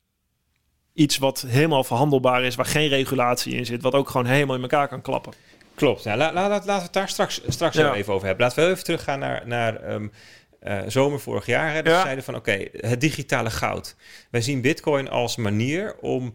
iets wat helemaal verhandelbaar is, waar geen regulatie in zit, wat ook gewoon helemaal in elkaar kan klappen. Klopt. Nou, la, la, laten we het daar straks, straks ja. even over hebben. Laten we even teruggaan naar, naar um, uh, zomer vorig jaar. Hè. Dus ja. zeiden van oké, okay, het digitale goud. Wij zien Bitcoin als manier om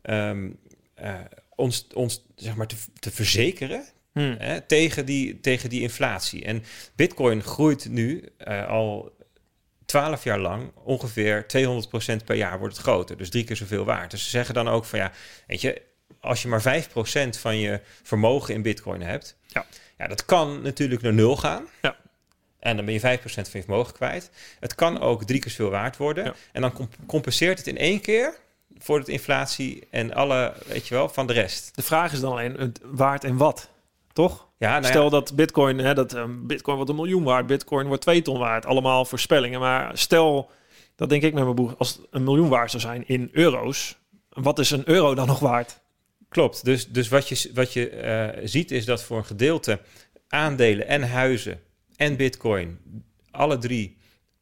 um, uh, ons, ons zeg maar te, te verzekeren hmm. hè, tegen, die, tegen die inflatie. En Bitcoin groeit nu uh, al twaalf jaar lang ongeveer tweehonderd procent per jaar wordt het groter. Dus drie keer zoveel waard. Dus ze zeggen dan ook van ja, weet je, als je maar vijf procent van je vermogen in Bitcoin hebt, ja. Ja, dat kan natuurlijk naar nul gaan. Ja. En dan ben je vijf procent van je vermogen kwijt. Het kan ook drie keer zoveel waard worden. Ja. En dan comp- compenseert het in één keer voor de inflatie en alle, weet je wel, van de rest. De vraag is dan alleen waard en wat, toch? Ja, nou stel ja. dat Bitcoin, hè, dat um, Bitcoin wordt een miljoen waard, Bitcoin wordt twee ton waard. Allemaal voorspellingen. Maar stel, dat denk ik met mijn boek, als het een miljoen waard zou zijn in euro's, wat is een euro dan nog waard? Klopt. Dus, dus wat je, wat je uh, ziet is dat voor een gedeelte aandelen en huizen en Bitcoin alle drie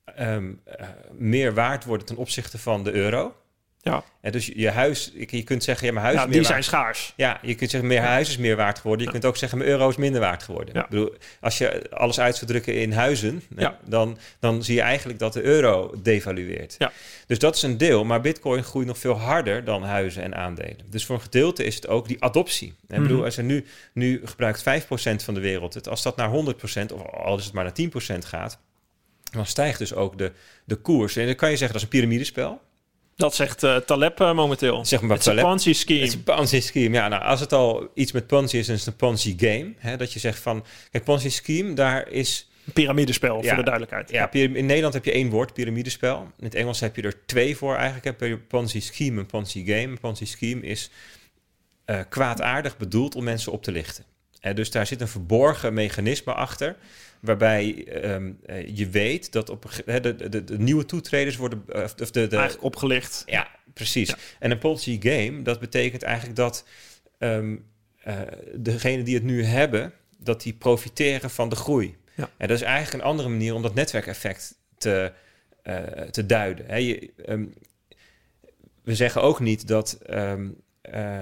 um, uh, meer waard worden ten opzichte van de euro. Ja. En dus je huis, je kunt zeggen, ja, mijn huis ja, is meer die waard. zijn schaars. Ja, je kunt zeggen, mijn ja. huis is meer waard geworden. Je ja. kunt ook zeggen, mijn euro is minder waard geworden. Ja. Ik bedoel, als je alles uit zou drukken in huizen, ja. dan, dan zie je eigenlijk dat de euro devalueert. Ja. Dus dat is een deel, maar Bitcoin groeit nog veel harder dan huizen en aandelen. Dus voor een gedeelte is het ook die adoptie. En mm-hmm. bedoel, als er nu, nu gebruikt vijf procent van de wereld het, als dat naar honderd procent, of al is het maar naar tien procent gaat, dan stijgt dus ook de, de koers. En dan kan je zeggen, dat is een piramidespel. Dat zegt uh, Taleb uh, momenteel. Zeg maar, het is een Ponzi-scheme. Het is een Ponzi-scheme. Ja, nou, als het al iets met Ponzi is, dan is het een Ponzi-game. Hè, dat je zegt van, kijk, Ponzi-scheme, daar is een piramidespel, ja, voor de duidelijkheid. Ja, in Nederland heb je één woord, piramidespel. In het Engels heb je er twee voor eigenlijk. Heb je Ponzi-scheme en Ponzi-game. Ponzi-scheme is uh, kwaadaardig bedoeld om mensen op te lichten. Uh, dus daar zit een verborgen mechanisme achter, waarbij um, uh, je weet dat op uh, de, de, de nieuwe toetreders worden uh, of de, de eigenlijk opgelicht. Ja, precies. Ja. En een Ponzi game, dat betekent eigenlijk dat um, uh, degenen die het nu hebben, dat die profiteren van de groei. Ja. En dat is eigenlijk een andere manier om dat netwerkeffect te, uh, te duiden. He, je, um, we zeggen ook niet dat um, uh,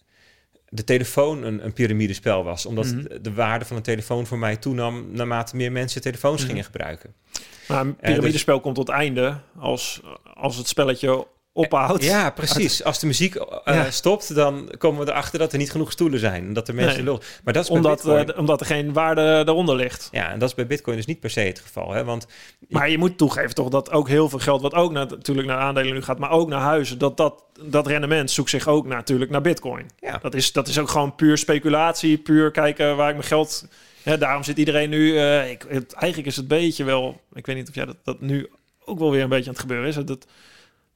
de telefoon een, een piramidespel was, omdat mm-hmm. de, de waarde van een telefoon voor mij toenam naarmate meer mensen telefoons mm-hmm. gingen gebruiken. Maar een piramidespel uh, dus, komt tot einde als, als het spelletje ophoudt. Ja, precies. Als de muziek uh, ja. stopt, dan komen we erachter dat er niet genoeg stoelen zijn. En dat er mensen nee. lul. Maar dat is omdat, uh, omdat er geen waarde eronder ligt. Ja, en dat is bij Bitcoin dus niet per se het geval. Hè? Want maar je moet toegeven toch dat ook heel veel geld, wat ook naar, natuurlijk naar aandelen nu gaat, maar ook naar huizen, dat dat, dat rendement zoekt zich ook natuurlijk naar Bitcoin. Ja. Dat is, dat is ook gewoon puur speculatie, puur kijken waar ik mijn geld... Ja, daarom zit iedereen nu... Uh, ik, het, eigenlijk is het een beetje wel... Ik weet niet of jij dat, dat nu ook wel weer een beetje aan het gebeuren is. Dat,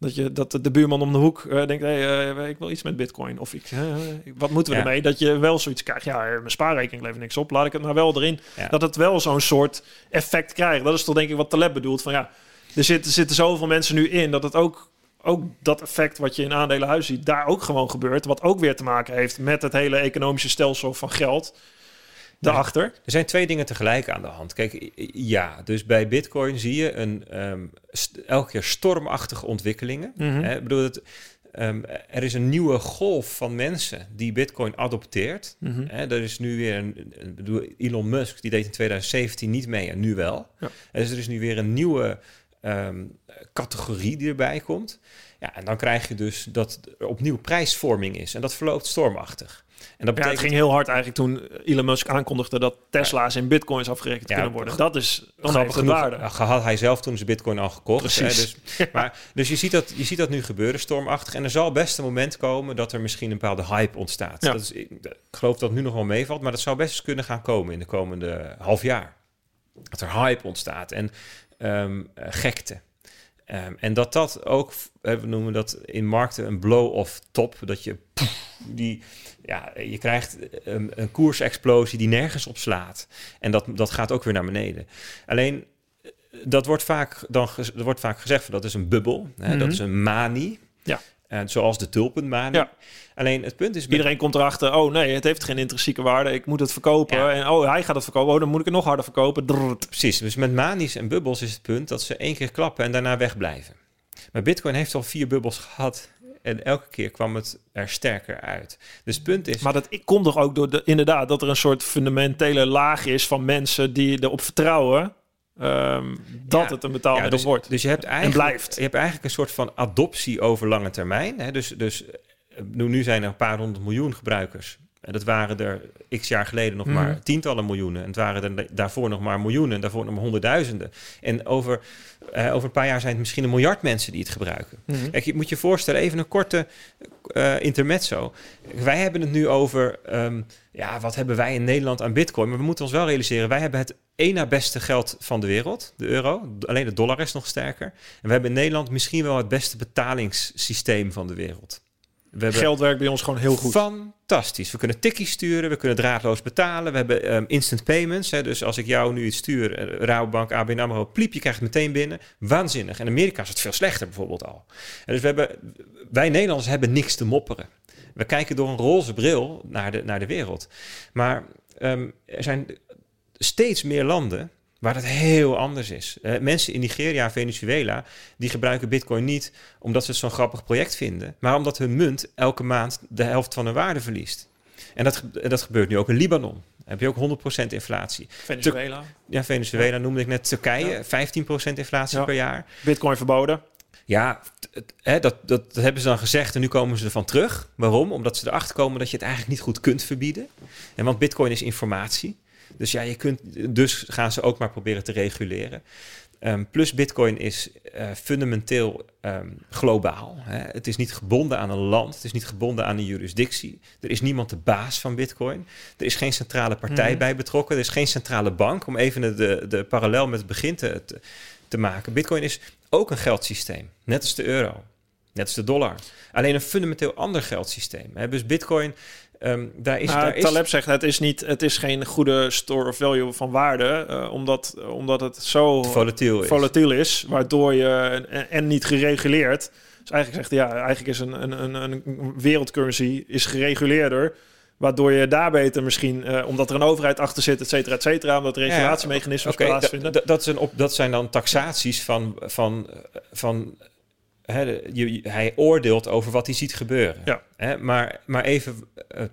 Dat, je, dat de buurman om de hoek uh, denkt, hey, uh, ik wil iets met bitcoin. Of ik, uh, wat moeten we ja. ermee? Dat je wel zoiets krijgt. Ja, mijn spaarrekening levert niks op. Laat ik het maar wel erin. Ja. Dat het wel zo'n soort effect krijgt. Dat is toch denk ik wat Taleb bedoelt. Van ja, er zitten, er zitten zoveel mensen nu in dat het ook, ook dat effect wat je in aandelenhuis ziet, daar ook gewoon gebeurt. Wat ook weer te maken heeft met het hele economische stelsel van geld. Daarachter. Er zijn twee dingen tegelijk aan de hand. Kijk, ja, dus bij Bitcoin zie je een um, st- elke keer stormachtige ontwikkelingen. Mm-hmm. Hè, ik bedoel, het, um, er is een nieuwe golf van mensen die Bitcoin adopteert. Mm-hmm. Hè, er is nu weer een, een bedoel, Elon Musk die deed in twintig zeventien niet mee en nu wel. Ja. Dus er is nu weer een nieuwe um, categorie die erbij komt. Ja, en dan krijg je dus dat er opnieuw prijsvorming is en dat verloopt stormachtig. En dat betekent... Ja, het ging heel hard eigenlijk toen Elon Musk aankondigde dat Tesla's in bitcoins afgerekend ja, kunnen worden. Dat is grappig genoeg. Waarde. Had hij zelf toen zijn bitcoin al gekocht. Precies. Hè, dus, maar, dus je ziet, dat, je ziet dat nu gebeuren, stormachtig. En er zal best een moment komen dat er misschien een bepaalde hype ontstaat. Ja. Dat is, ik, ik geloof dat het nu nog wel meevalt, maar dat zou best eens kunnen gaan komen in de komende half jaar. Dat er hype ontstaat en um, uh, gekte. Um, en dat dat ook, we noemen dat in markten een blow-off top, dat je pff, die, ja, je krijgt een, een koersexplosie die nergens op slaat. En dat, dat gaat ook weer naar beneden. Alleen, dat wordt vaak, dan, er wordt vaak gezegd, van, dat is een bubbel, hè, mm-hmm. dat is een manie. Ja. Uh, zoals de tulpenmanie. Ja. Alleen het punt is... Iedereen met... komt erachter, oh nee, het heeft geen intrinsieke waarde, ik moet het verkopen. Ja. En oh, hij gaat het verkopen, oh, dan moet ik het nog harder verkopen. Drrrt. Precies, dus met manies en bubbels is het punt dat ze één keer klappen en daarna wegblijven. Maar Bitcoin heeft al vier bubbels gehad en elke keer kwam het er sterker uit. Dus het punt is... Maar dat komt toch ook door de, inderdaad dat er een soort fundamentele laag is van mensen die erop vertrouwen... Um, dat ja, het een betaalmiddel ja, dus, wordt. Dus je hebt eigenlijk, en blijft. Je hebt eigenlijk een soort van adoptie over lange termijn. Hè? Dus, dus nu zijn er een paar honderd miljoen gebruikers. En dat waren er x jaar geleden nog mm. maar tientallen miljoenen. En het waren er daarvoor nog maar miljoenen. En daarvoor nog maar honderdduizenden. En over, uh, over een paar jaar zijn het misschien een miljard mensen die het gebruiken. Mm-hmm. Kijk, je moet je voorstellen, even een korte uh, intermezzo. Wij hebben het nu over... Um, ja, wat hebben wij in Nederland aan Bitcoin? Maar we moeten ons wel realiseren, wij hebben het één na beste geld van de wereld, de euro. Alleen de dollar is nog sterker. En we hebben in Nederland misschien wel het beste betalingssysteem van de wereld. We hebben geld werkt bij ons gewoon heel goed. Fantastisch. We kunnen tikkies sturen, we kunnen draadloos betalen. We hebben um, instant payments. Hè, dus als ik jou nu iets stuur, uh, Rabobank, A B N AMRO, pliep, je krijgt het meteen binnen. Waanzinnig. En in Amerika is het veel slechter bijvoorbeeld al. En dus we hebben, wij Nederlanders hebben niks te mopperen. We kijken door een roze bril naar de, naar de wereld. Maar um, er zijn steeds meer landen waar het heel anders is. Uh, mensen in Nigeria en Venezuela, die gebruiken Bitcoin niet omdat ze het zo'n grappig project vinden, maar omdat hun munt elke maand de helft van hun waarde verliest. En dat, dat gebeurt nu ook in Libanon. Dan heb je ook honderd procent inflatie. Venezuela. Tur- ja, Venezuela ja. noemde ik net. Turkije, ja. vijftien procent inflatie ja. per jaar. Bitcoin verboden. Ja, t- t- hè, dat, dat, dat hebben ze dan gezegd en nu komen ze ervan terug. Waarom? Omdat ze erachter komen dat je het eigenlijk niet goed kunt verbieden. En want Bitcoin is informatie. Dus ja, je kunt, dus gaan ze ook maar proberen te reguleren. Um, plus Bitcoin is uh, fundamenteel um, globaal. Hè. Het is niet gebonden aan een land. Het is niet gebonden aan een jurisdictie. Er is niemand de baas van Bitcoin. Er is geen centrale partij mm-hmm. bij betrokken. Er is geen centrale bank. Om even de, de, de parallel met het begin te, te, te maken. Bitcoin is ook een geldsysteem. Net als de euro. Net als de dollar. Alleen een fundamenteel ander geldsysteem. Hè. Dus Bitcoin... Um, daar is, nou, daar is... Taleb zegt, het is, niet, het is geen goede store of value van waarde, uh, omdat, omdat het zo volatiel is. volatiel is, waardoor je, en, en niet gereguleerd, dus eigenlijk zegt hij, ja, eigenlijk is een, een, een, een wereldcurrency is gereguleerder, waardoor je daar beter misschien, uh, omdat er een overheid achter zit, et cetera, et cetera, omdat regulatiemechanismes ja, okay, plaatsvinden. D- d- dat, zijn op, dat zijn dan taxaties van... van, van He, de, je, hij oordeelt over wat hij ziet gebeuren. Ja. He, maar, maar even uh,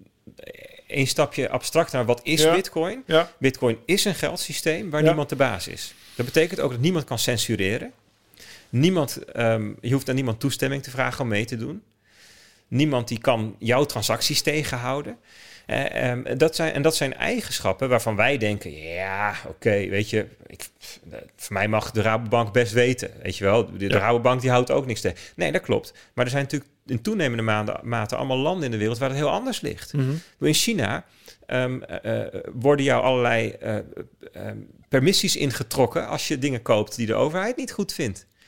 een stapje abstract naar wat is ja. Bitcoin? Ja. Bitcoin is een geldsysteem waar ja. niemand de baas is. Dat betekent ook dat niemand kan censureren. Niemand, um, je hoeft aan niemand toestemming te vragen om mee te doen. Niemand die kan jouw transacties tegenhouden. Uh, um, dat zijn, en dat zijn eigenschappen waarvan wij denken... ja, oké, okay, weet je... Ik, voor mij mag de Rabobank best weten, weet je wel. De, de ja. Rabobank die houdt ook niks tegen. Nee, dat klopt. Maar er zijn natuurlijk in toenemende mate, mate allemaal landen in de wereld... waar het heel anders ligt. Mm-hmm. In China um, uh, worden jou allerlei uh, uh, permissies ingetrokken... als je dingen koopt die de overheid niet goed vindt.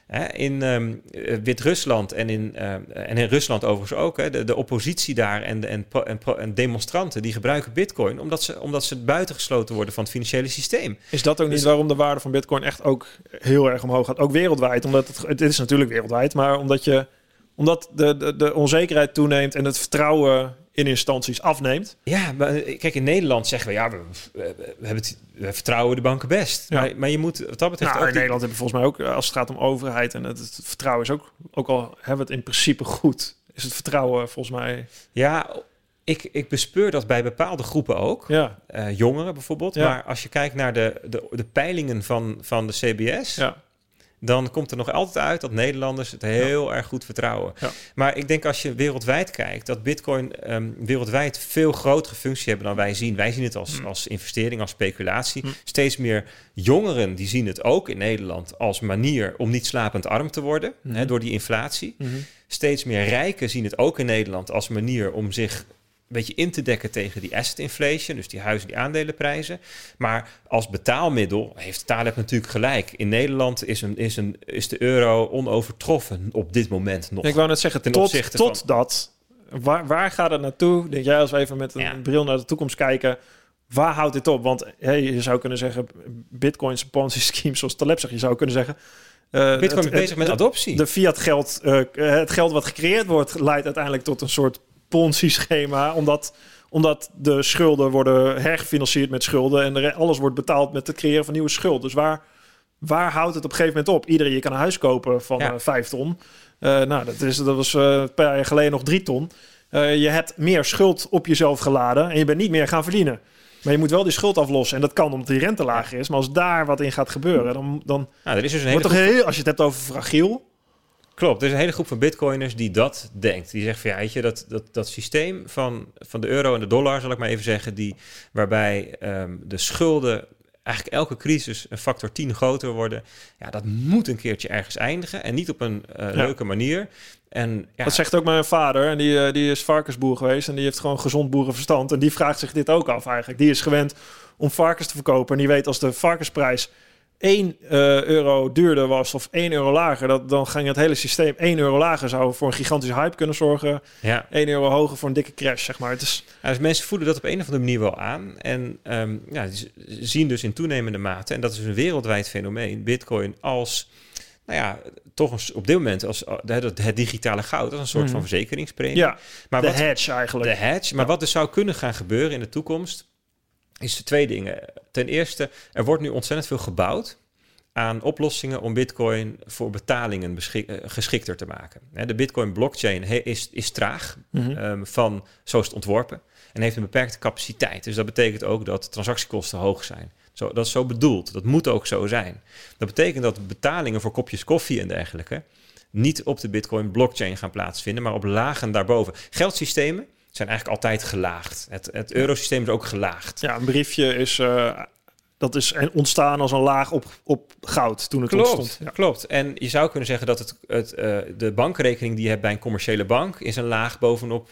Hè, in um, Wit-Rusland en in, uh, en in Rusland overigens ook. Hè, de, de oppositie daar en, de, en, en, en demonstranten die gebruiken bitcoin omdat ze, omdat ze buitengesloten worden van het financiële systeem. Is dat ook niet dus, waarom de waarde van bitcoin echt ook heel erg omhoog gaat? Ook wereldwijd, omdat het, het is natuurlijk wereldwijd, maar omdat je omdat de, de, de onzekerheid toeneemt en het vertrouwen in instanties afneemt. Ja, maar kijk, in Nederland zeggen we, ja, we, we, we, hebben het, we vertrouwen de banken best. Ja. Maar, maar je moet, wat dat betreft... Nou, ook in die... Nederland hebben we volgens mij ook, als het gaat om overheid en het, het vertrouwen is ook, ook al hebben we het in principe goed, is het vertrouwen volgens mij... Ja, ik, ik bespeur dat bij bepaalde groepen ook. Ja. Uh, jongeren bijvoorbeeld. Ja. Maar als je kijkt naar de, de, de peilingen van, van de C B S... Ja. dan komt er nog altijd uit dat Nederlanders het heel ja. erg goed vertrouwen. Ja. Maar ik denk als je wereldwijd kijkt, dat bitcoin um, wereldwijd veel grotere functie hebben dan wij zien. Wij zien het als, mm. als investering, als speculatie. Mm. Steeds meer jongeren die zien het ook in Nederland als manier om niet slapend arm te worden, mm. hè, door die inflatie. Mm-hmm. Steeds meer rijken zien het ook in Nederland als manier om zich een beetje in te dekken tegen die asset inflation, dus die huizen, die aandelenprijzen. Maar als betaalmiddel heeft Taleb natuurlijk gelijk. In Nederland is, een, is, een, is de euro onovertroffen op dit moment nog. Ik wou net zeggen, ten tot, tot van... dat, waar, waar gaat het naartoe? Denk jij, als we even met een ja. bril naar de toekomst kijken, waar houdt dit op? Want hey, je zou kunnen zeggen, bitcoins, Ponzi schemes, zoals Taleb zegt, je zou kunnen zeggen, Uh, Bitcoin is bezig het, met de, adoptie. De fiat geld, uh, het geld wat gecreëerd wordt, leidt uiteindelijk tot een soort Ponzi-schema, omdat, omdat de schulden worden hergefinancierd met schulden en er, alles wordt betaald met het creëren van nieuwe schuld. Dus waar, waar houdt het op een gegeven moment op? Iedereen, je kan een huis kopen van ja. uh, vijf ton. Uh, nou, dat, is, dat was uh, een paar jaar geleden nog drie ton. Uh, je hebt meer schuld op jezelf geladen en je bent niet meer gaan verdienen. Maar je moet wel die schuld aflossen. En dat kan omdat die rente lager is. Maar als daar wat in gaat gebeuren, dan, dan nou, er is dus een hele wordt toch heel, als je het hebt over fragiel. Klopt, er is een hele groep van bitcoiners die dat denkt. Die zegt van ja, weet je, dat, dat, dat systeem van, van de euro en de dollar, zal ik maar even zeggen, die, waarbij um, de schulden eigenlijk elke crisis een factor tien groter worden. Ja, dat moet een keertje ergens eindigen. En niet op een uh, ja. leuke manier. En, ja. Dat zegt ook mijn vader. En die, uh, die is varkensboer geweest. En die heeft gewoon gezond boerenverstand. En die vraagt zich dit ook af eigenlijk. Die is gewend om varkens te verkopen. En die weet als de varkensprijs één uh, euro duurder was of één euro lager, dat, dan ging het hele systeem één euro lager, zou voor een gigantische hype kunnen zorgen. Ja. één euro hoger voor een dikke crash, zeg maar. Het is... ja, dus mensen voelen dat op een of andere manier wel aan. En um, ja, ze zien dus in toenemende mate, en dat is een wereldwijd fenomeen, Bitcoin als, nou ja, toch een, op dit moment als het, het digitale goud, als een soort mm. van verzekeringspremie. Ja, maar de wat, hedge eigenlijk. De hedge, maar ja. wat dus zou kunnen gaan gebeuren in de toekomst, is er twee dingen. Ten eerste, er wordt nu ontzettend veel gebouwd aan oplossingen om bitcoin voor betalingen beschik- uh, geschikter te maken. Hè, de bitcoin blockchain he- is, is traag, mm-hmm. um, van, zo is het ontworpen, en heeft een beperkte capaciteit. Dus dat betekent ook dat transactiekosten hoog zijn. Zo, dat is zo bedoeld, dat moet ook zo zijn. Dat betekent dat betalingen voor kopjes koffie en dergelijke niet op de bitcoin blockchain gaan plaatsvinden, maar op lagen daarboven. Geldsystemen zijn eigenlijk altijd gelaagd. Het, het eurosysteem is ook gelaagd. Ja, een briefje is... Uh... Dat is ontstaan als een laag op, op goud toen het klopt, ontstond. Ja. Klopt. En je zou kunnen zeggen dat het, het, uh, de bankrekening die je hebt bij een commerciële bank is een laag bovenop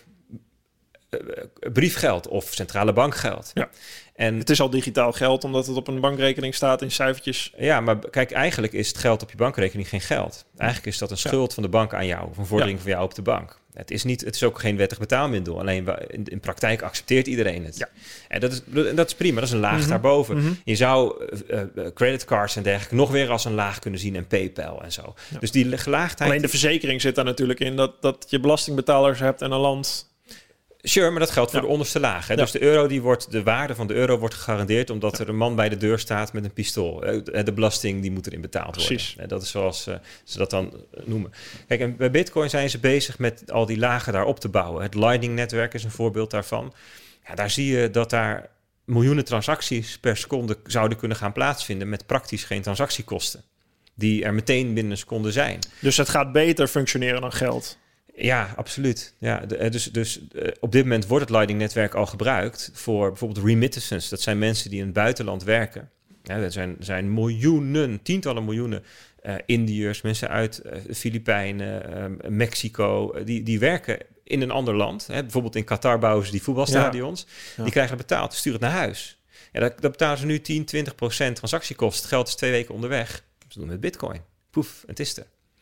uh, briefgeld of centrale bankgeld. Ja. En het is al digitaal geld omdat het op een bankrekening staat in cijfertjes. Ja, maar kijk, eigenlijk is het geld op je bankrekening geen geld. Eigenlijk is dat een schuld ja. van de bank aan jou, of een vordering ja. van jou op de bank. Het is, niet, het is ook geen wettig betaalmiddel. Alleen in, in praktijk accepteert iedereen het. Ja. En dat is, dat is prima, dat is een laag mm-hmm. daarboven. Mm-hmm. Je zou uh, uh, creditcards en dergelijke nog weer als een laag kunnen zien en PayPal en zo. Ja. Dus die gelaagdheid... Alleen de verzekering zit daar natuurlijk in dat, dat je belastingbetalers hebt en een land... Sure, maar dat geldt voor ja. de onderste laag. Hè? Ja. Dus de euro, die wordt, de waarde van de euro wordt gegarandeerd omdat ja. er een man bij de deur staat met een pistool. De belasting die moet erin betaald worden. Precies. Dat is zoals uh, ze dat dan noemen. Kijk, en bij Bitcoin zijn ze bezig met al die lagen daarop te bouwen. Het Lightning-netwerk is een voorbeeld daarvan. Ja, daar zie je dat daar miljoenen transacties per seconde zouden kunnen gaan plaatsvinden met praktisch geen transactiekosten. Die er meteen binnen een seconde zijn. Dus het gaat beter functioneren dan geld. Ja, absoluut. Ja, de, dus dus uh, op dit moment wordt het Lightning-netwerk al gebruikt voor bijvoorbeeld remittances. Dat zijn mensen die in het buitenland werken. Ja, er zijn, zijn miljoenen, tientallen miljoenen uh, Indiërs, mensen uit uh, Filipijnen, uh, Mexico, uh, die, die werken in een ander land. Hè. Bijvoorbeeld in Qatar bouwen ze die voetbalstadions. Ja. Ja. Die krijgen betaald, sturen het naar huis. Ja, dat, dat betalen ze nu tien, twintig procent transactiekosten. Het geld is twee weken onderweg. Ze doen het met Bitcoin. Poef, het is er.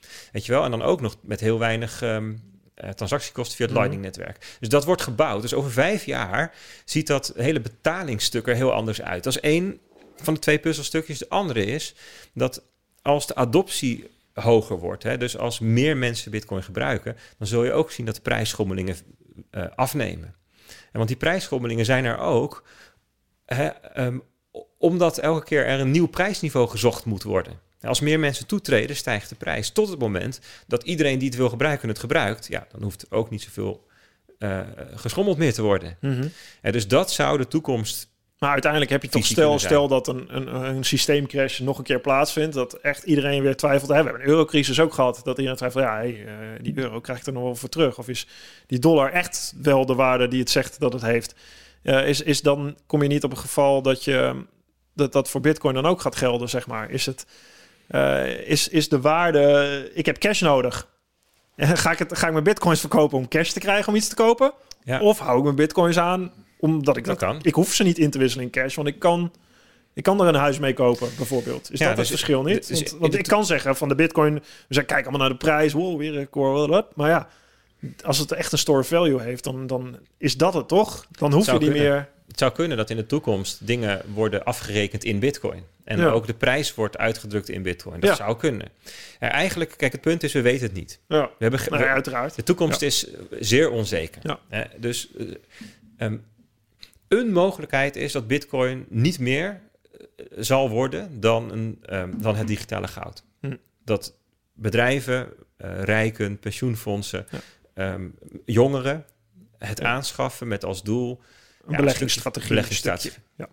Weet je wel? En dan ook nog met heel weinig um, uh, transactiekosten via het mm-hmm. Lightning-netwerk. Dus dat wordt gebouwd. Dus over vijf jaar ziet dat hele betalingsstuk er heel anders uit. Dat is één van de twee puzzelstukjes. De andere is dat als de adoptie hoger wordt, hè, dus als meer mensen Bitcoin gebruiken, dan zul je ook zien dat de prijsschommelingen uh, afnemen. En want die prijsschommelingen zijn er ook hè, um, omdat elke keer er een nieuw prijsniveau gezocht moet worden. Als meer mensen toetreden, stijgt de prijs. Tot het moment dat iedereen die het wil gebruiken, het gebruikt. Ja, dan hoeft er ook niet zoveel uh, geschommeld meer te worden. Mm-hmm. En dus dat zou de toekomst... Maar uiteindelijk heb je toch stel, stel dat een, een, een systeemcrash nog een keer plaatsvindt. Dat echt iedereen weer twijfelt. Hè, we hebben een eurocrisis ook gehad. Dat iedereen twijfelt, ja, hey, uh, die euro krijgt er nog wel voor terug. Of is die dollar echt wel de waarde die het zegt dat het heeft? Uh, is, is dan kom je niet op een geval dat je dat, dat voor Bitcoin dan ook gaat gelden, zeg maar. Is het uh, is, is de waarde... Ik heb cash nodig. ga, ik het, ga ik mijn bitcoins verkopen om cash te krijgen om iets te kopen? Ja. Of hou ik mijn bitcoins aan omdat ik dat, dat kan. Ik hoef ze niet in te wisselen in cash, want ik kan, ik kan er een huis mee kopen, bijvoorbeeld. Is ja, dat dus, het verschil niet? Dus, want, want ik kan zeggen van de bitcoin, we zeggen, kijk allemaal naar de prijs, wow, weer een record, maar ja, als het echt een store value heeft, dan, dan is dat het toch? Dan hoef je niet kunnen. meer... Het zou kunnen dat in de toekomst dingen worden afgerekend in bitcoin. En ja. ook de prijs wordt uitgedrukt in bitcoin. Dat ja. zou kunnen. Ja, eigenlijk, kijk, het punt is, we weten het niet. Ja. We hebben ge- nee, uiteraard. De toekomst ja. is zeer onzeker. Ja. Uh, dus uh, um, een mogelijkheid is dat bitcoin niet meer uh, zal worden dan, een, um, dan het digitale goud. Hm. Dat bedrijven, uh, rijken, pensioenfondsen, ja. um, jongeren het ja. aanschaffen met als doel... Een ja, beleggingsstrategie. beleggingsstrategie. Ja.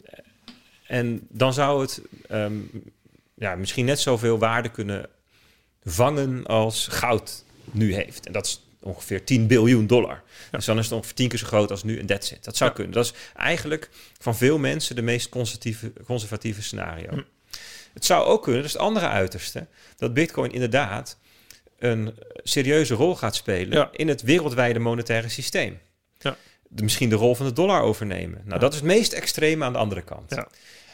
En dan zou het um, ja, misschien net zoveel waarde kunnen vangen als goud nu heeft. En dat is ongeveer tien biljoen dollar. Ja. Dus dan is het ongeveer tien keer zo groot als nu en that's it. Dat zou ja. kunnen. Dat is eigenlijk van veel mensen de meest conservatieve, conservatieve scenario. Hm. Het zou ook kunnen, dat is het andere uiterste, dat Bitcoin inderdaad een serieuze rol gaat spelen ja. in het wereldwijde monetaire systeem. Ja. De, misschien de rol van de dollar overnemen. Nou, ja. dat is het meest extreme aan de andere kant. Ja.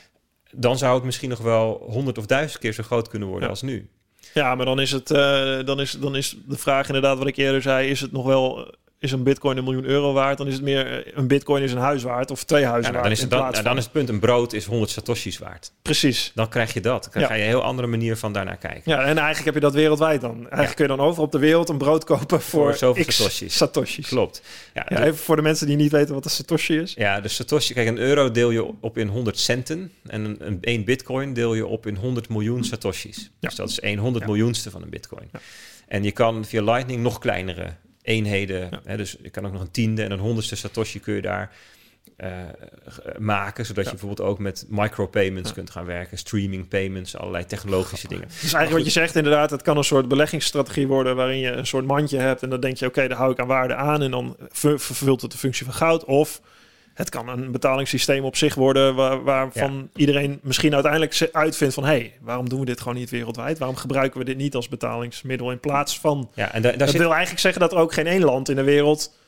Dan zou het misschien nog wel honderd of duizend keer zo groot kunnen worden ja. als nu. Ja, maar dan is het, uh, dan is, dan is de vraag inderdaad wat ik eerder zei, is het nog wel, is een bitcoin een miljoen euro waard? Dan is het meer, een bitcoin is een huis waard of twee huizen ja, nou, waard. Dan is, het, dan, nou, dan is het punt, een brood is honderd satoshis waard. Precies. Dan krijg je dat. Dan ja. ga je een heel andere manier van daarnaar kijken. Ja, en eigenlijk heb je dat wereldwijd dan. Eigenlijk ja. kun je dan overal op de wereld een brood kopen voor, voor zoveel x satoshis. satoshis. Klopt. Ja, ja, even voor de mensen die niet weten wat een satoshi is. Ja, de satoshi, kijk, een euro deel je op in honderd centen en een, een, een bitcoin deel je op in honderd miljoen satoshis. Ja. Dus dat is een honderd ja. miljoenste van een bitcoin. Ja. En je kan via Lightning nog kleinere eenheden, ja. hè, dus je kan ook nog een tiende en een honderdste satoshi kun je daar uh, maken, zodat ja. je bijvoorbeeld ook met micropayments ja. kunt gaan werken, streaming payments, allerlei technologische dingen. Dus eigenlijk wat je zegt inderdaad, het kan een soort beleggingsstrategie worden waarin je een soort mandje hebt en dan denk je, oké, okay, daar hou ik aan waarde aan en dan ver- vervult het de functie van goud. Of het kan een betalingssysteem op zich worden waar, waarvan ja. iedereen misschien uiteindelijk uitvindt van, hé, hey, waarom doen we dit gewoon niet wereldwijd? Waarom gebruiken we dit niet als betalingsmiddel in plaats van... Ja, en da- daar dat zit... wil eigenlijk zeggen dat er ook geen één land in de wereld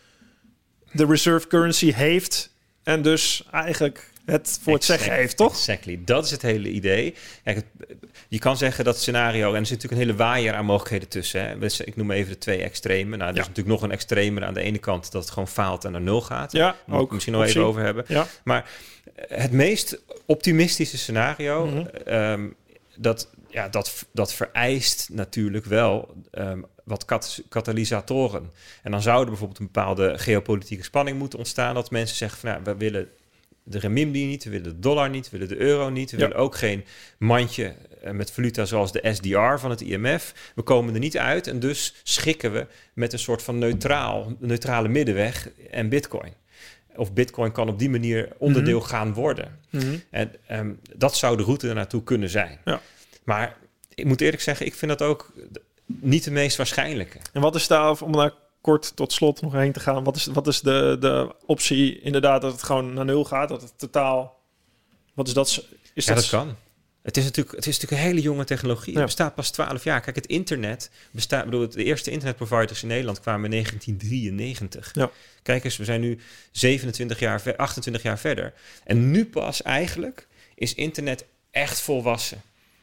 de reserve currency heeft en dus eigenlijk het voor het exactly, zeggen heeft, toch? Exactly, dat is het hele idee. Kijk, het, je kan zeggen dat scenario, en er zit natuurlijk een hele waaier aan mogelijkheden tussen. Hè. Dus ik noem even de twee extremen. Nou, er ja. is natuurlijk nog een extremer aan de ene kant dat het gewoon faalt en naar nul gaat. Ja, Daar ook. Misschien nog even over hebben. Ja. Maar het meest optimistische scenario, mm-hmm. um, dat, ja, dat, dat vereist natuurlijk wel um, wat kat- katalysatoren. En dan zou er bijvoorbeeld een bepaalde geopolitieke spanning moeten ontstaan, dat mensen zeggen van, nou, we willen de renminbi niet, we willen de dollar niet, we willen de euro niet. We ja. willen ook geen mandje met valuta zoals de S D R van het I M F. We komen er niet uit en dus schikken we met een soort van neutraal, neutrale middenweg en bitcoin. Of bitcoin kan op die manier onderdeel mm-hmm. gaan worden. Mm-hmm. En um, dat zou de route naartoe kunnen zijn. Ja. Maar ik moet eerlijk zeggen, ik vind dat ook niet de meest waarschijnlijke. En wat is daar, om daar kort tot slot nog heen te gaan, wat is, wat is de, de optie inderdaad dat het gewoon naar nul gaat, dat het totaal, wat is dat? Is ja, dat, dat kan. Het is, natuurlijk, het is natuurlijk een hele jonge technologie. Ja. Het bestaat pas twaalf jaar. Kijk, het internet bestaat, bedoel, de eerste internetproviders in Nederland kwamen in negentien drieënnegentig. Ja. Kijk eens, we zijn nu zevenentwintig jaar, achtentwintig jaar verder. En nu pas eigenlijk is internet echt volwassen.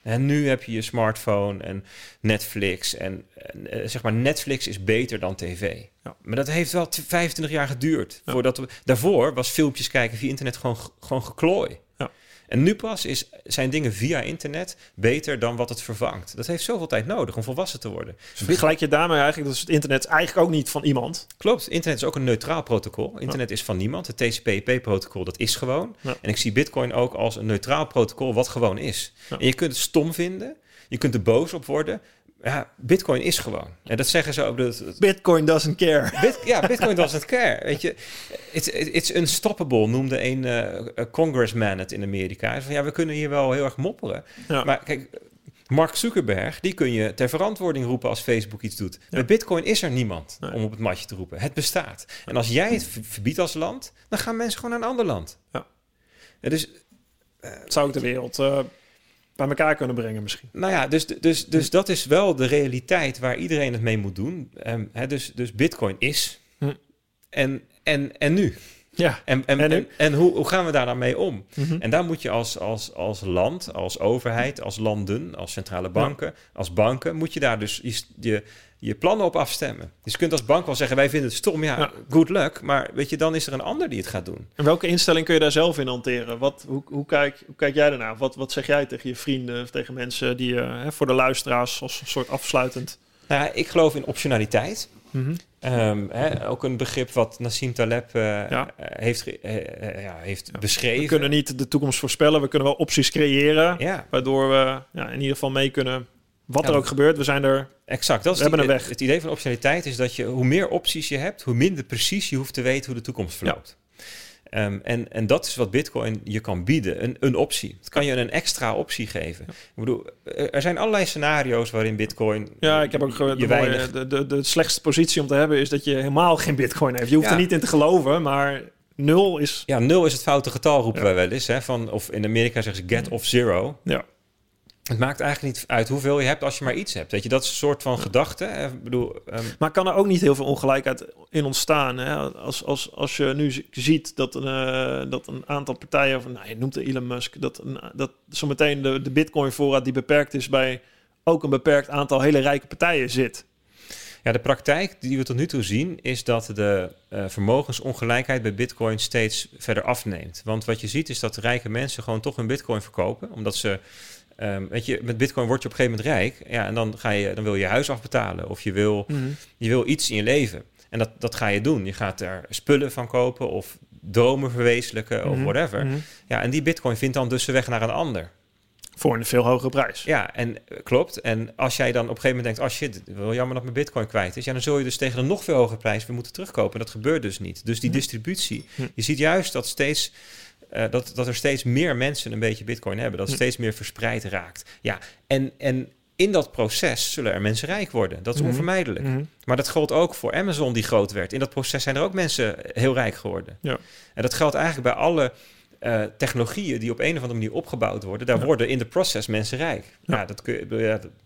En nu heb je je smartphone en Netflix. En, en uh, zeg maar, Netflix is beter dan tv. Ja. Maar dat heeft wel vijfentwintig jaar geduurd. Ja. Voordat we, daarvoor was filmpjes kijken via internet gewoon, gewoon geklooi. Ja. En nu pas is, zijn dingen via internet beter dan wat het vervangt. Dat heeft zoveel tijd nodig om volwassen te worden. Dus vergelijk je daarmee eigenlijk dat het internet is eigenlijk ook niet van iemand? Klopt, internet is ook een neutraal protocol. Internet ja. is van niemand. Het T C P I P-protocol, dat is gewoon. Ja. En ik zie Bitcoin ook als een neutraal protocol wat gewoon is. Ja. En je kunt het stom vinden, je kunt er boos op worden. Ja, Bitcoin is gewoon. En dat zeggen ze ook. Dat, Bitcoin doesn't care. Bit, ja, Bitcoin doesn't care. Weet je, it's, it's unstoppable, noemde een uh, congressman het in Amerika. Van, ja, we kunnen hier wel heel erg mopperen. Ja. Maar kijk, Mark Zuckerberg, die kun je ter verantwoording roepen als Facebook iets doet. Ja. Bij Bitcoin is er niemand nee. om op het matje te roepen. Het bestaat. En als jij het verbiedt als land, dan gaan mensen gewoon naar een ander land. Ja. Ja, dus, uh, zou ik de wereld... Uh, bij elkaar kunnen brengen misschien. Nou ja, dus, dus, dus dat is wel de realiteit waar iedereen het mee moet doen. Um, hè, dus, dus Bitcoin is. Hm. En, en, en nu? Ja, en, en, en, en, en hoe, hoe gaan we daar dan mee om? Mm-hmm. En daar moet je als, als, als land, als overheid, als landen, als centrale banken, ja. als banken, moet je daar dus je, je, je plannen op afstemmen. Dus je kunt als bank wel zeggen, wij vinden het stom, ja, ja, good luck. Maar weet je, dan is er een ander die het gaat doen. En welke instelling kun je daar zelf in hanteren? Wat, hoe, hoe, kijk, hoe kijk jij daarnaar? Wat, wat zeg jij tegen je vrienden of tegen mensen die uh, hè, voor de luisteraars als een soort afsluitend? Nou, ik geloof in optionaliteit. Mm-hmm. Um, hè, ook een begrip wat Nassim Taleb uh, ja. heeft, uh, uh, ja, heeft ja. beschreven. We kunnen niet de toekomst voorspellen. We kunnen wel opties creëren. Ja. Waardoor we ja, in ieder geval mee kunnen... Wat ja, er ook gebeurt, we zijn er... Exact. Dat is we het, hebben een weg. Het idee van optionaliteit is dat je... hoe meer opties je hebt, hoe minder precies je hoeft te weten hoe de toekomst verloopt. Ja. Um, en, en dat is wat Bitcoin je kan bieden. Een, een optie. Het kan je een extra optie geven. Ja. Ik bedoel, er zijn allerlei scenario's waarin Bitcoin... Ja, ik heb ook ge- de, weinig... de, de, de slechtste positie om te hebben is dat je helemaal geen Bitcoin heeft. Je hoeft ja. er niet in te geloven, maar nul is... Ja, nul is het foute getal, roepen ja. wij wel eens. Hè, van, of in Amerika zeggen ze get of zero. Ja. Het maakt eigenlijk niet uit hoeveel je hebt als je maar iets hebt. Weet je, dat is een soort van gedachte. Ik bedoel, um... Maar kan er ook niet heel veel ongelijkheid in ontstaan? Hè? Als, als, als je nu ziet dat een, uh, dat een aantal partijen... Of, nou, je noemt het Elon Musk... dat, een, dat zometeen de, de Bitcoin-voorraad die beperkt is... bij ook een beperkt aantal hele rijke partijen zit. Ja, de praktijk die we tot nu toe zien... is dat de uh, vermogensongelijkheid bij Bitcoin steeds verder afneemt. Want wat je ziet is dat rijke mensen gewoon toch hun Bitcoin verkopen... omdat ze... Um, weet je, met Bitcoin word je op een gegeven moment rijk. Ja, en dan, ga je, dan wil je je huis afbetalen. Of je wil, mm-hmm. je wil iets in je leven. En dat, dat ga je doen. Je gaat er spullen van kopen of dromen verwezenlijken mm-hmm. of whatever. Mm-hmm. Ja, en die Bitcoin vindt dan dus de weg naar een ander. Voor een veel hogere prijs. Ja, en klopt. En als jij dan op een gegeven moment denkt... oh shit, wel jammer dat mijn Bitcoin kwijt is. Ja, dan zul je dus tegen een nog veel hogere prijs weer moeten terugkopen. En dat gebeurt dus niet. Dus die mm-hmm. distributie. Mm-hmm. Je ziet juist dat steeds... Uh, dat, dat er steeds meer mensen een beetje Bitcoin hebben. Dat het steeds meer verspreid raakt. Ja, en, en in dat proces zullen er mensen rijk worden. Dat is mm-hmm. onvermijdelijk. Mm-hmm. Maar dat geldt ook voor Amazon die groot werd. In dat proces zijn er ook mensen heel rijk geworden. Ja. En dat geldt eigenlijk bij alle uh, technologieën die op een of andere manier opgebouwd worden. Daar ja. worden in de proces mensen rijk. Ja, ja dat, kun je, ja, dat,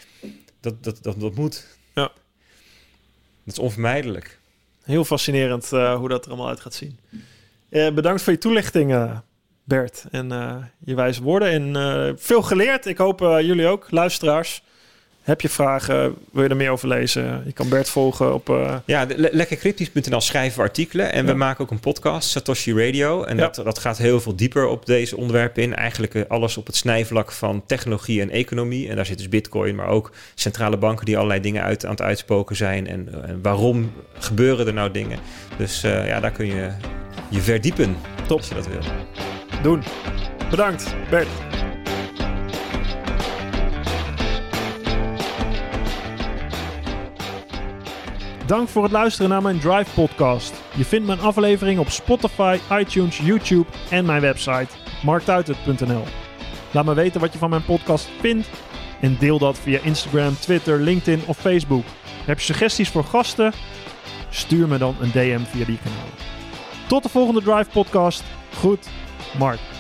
dat, dat, dat, dat moet. Ja. Dat is onvermijdelijk. Heel fascinerend uh, hoe dat er allemaal uit gaat zien. Uh, bedankt voor je toelichting, uh, Bert. En uh, je wijze woorden. En uh, veel geleerd. Ik hoop uh, jullie ook, luisteraars. Heb je vragen? Wil je er meer over lezen? Je kan Bert volgen op... Uh... Ja, le- lekkercryptisch punt n l schrijven we artikelen. En ja. we maken ook een podcast, Satoshi Radio. En ja. dat, dat gaat heel veel dieper op deze onderwerpen in. Eigenlijk uh, alles op het snijvlak van technologie en economie. En daar zit dus Bitcoin, maar ook centrale banken... die allerlei dingen uit, aan het uitspoken zijn. En, uh, en waarom gebeuren er nou dingen? Dus uh, ja, daar kun je je verdiepen. Top. Als je dat wil. Doen. Bedankt, Bert. Dank voor het luisteren naar mijn Drive podcast. Je vindt mijn aflevering op Spotify, iTunes, YouTube en mijn website mark tuitert punt n l. Laat me weten wat je van mijn podcast vindt en deel dat via Instagram, Twitter, LinkedIn of Facebook. Heb je suggesties voor gasten? Stuur me dan een D M via die kanalen. Tot de volgende Drive podcast. Goed, Mark.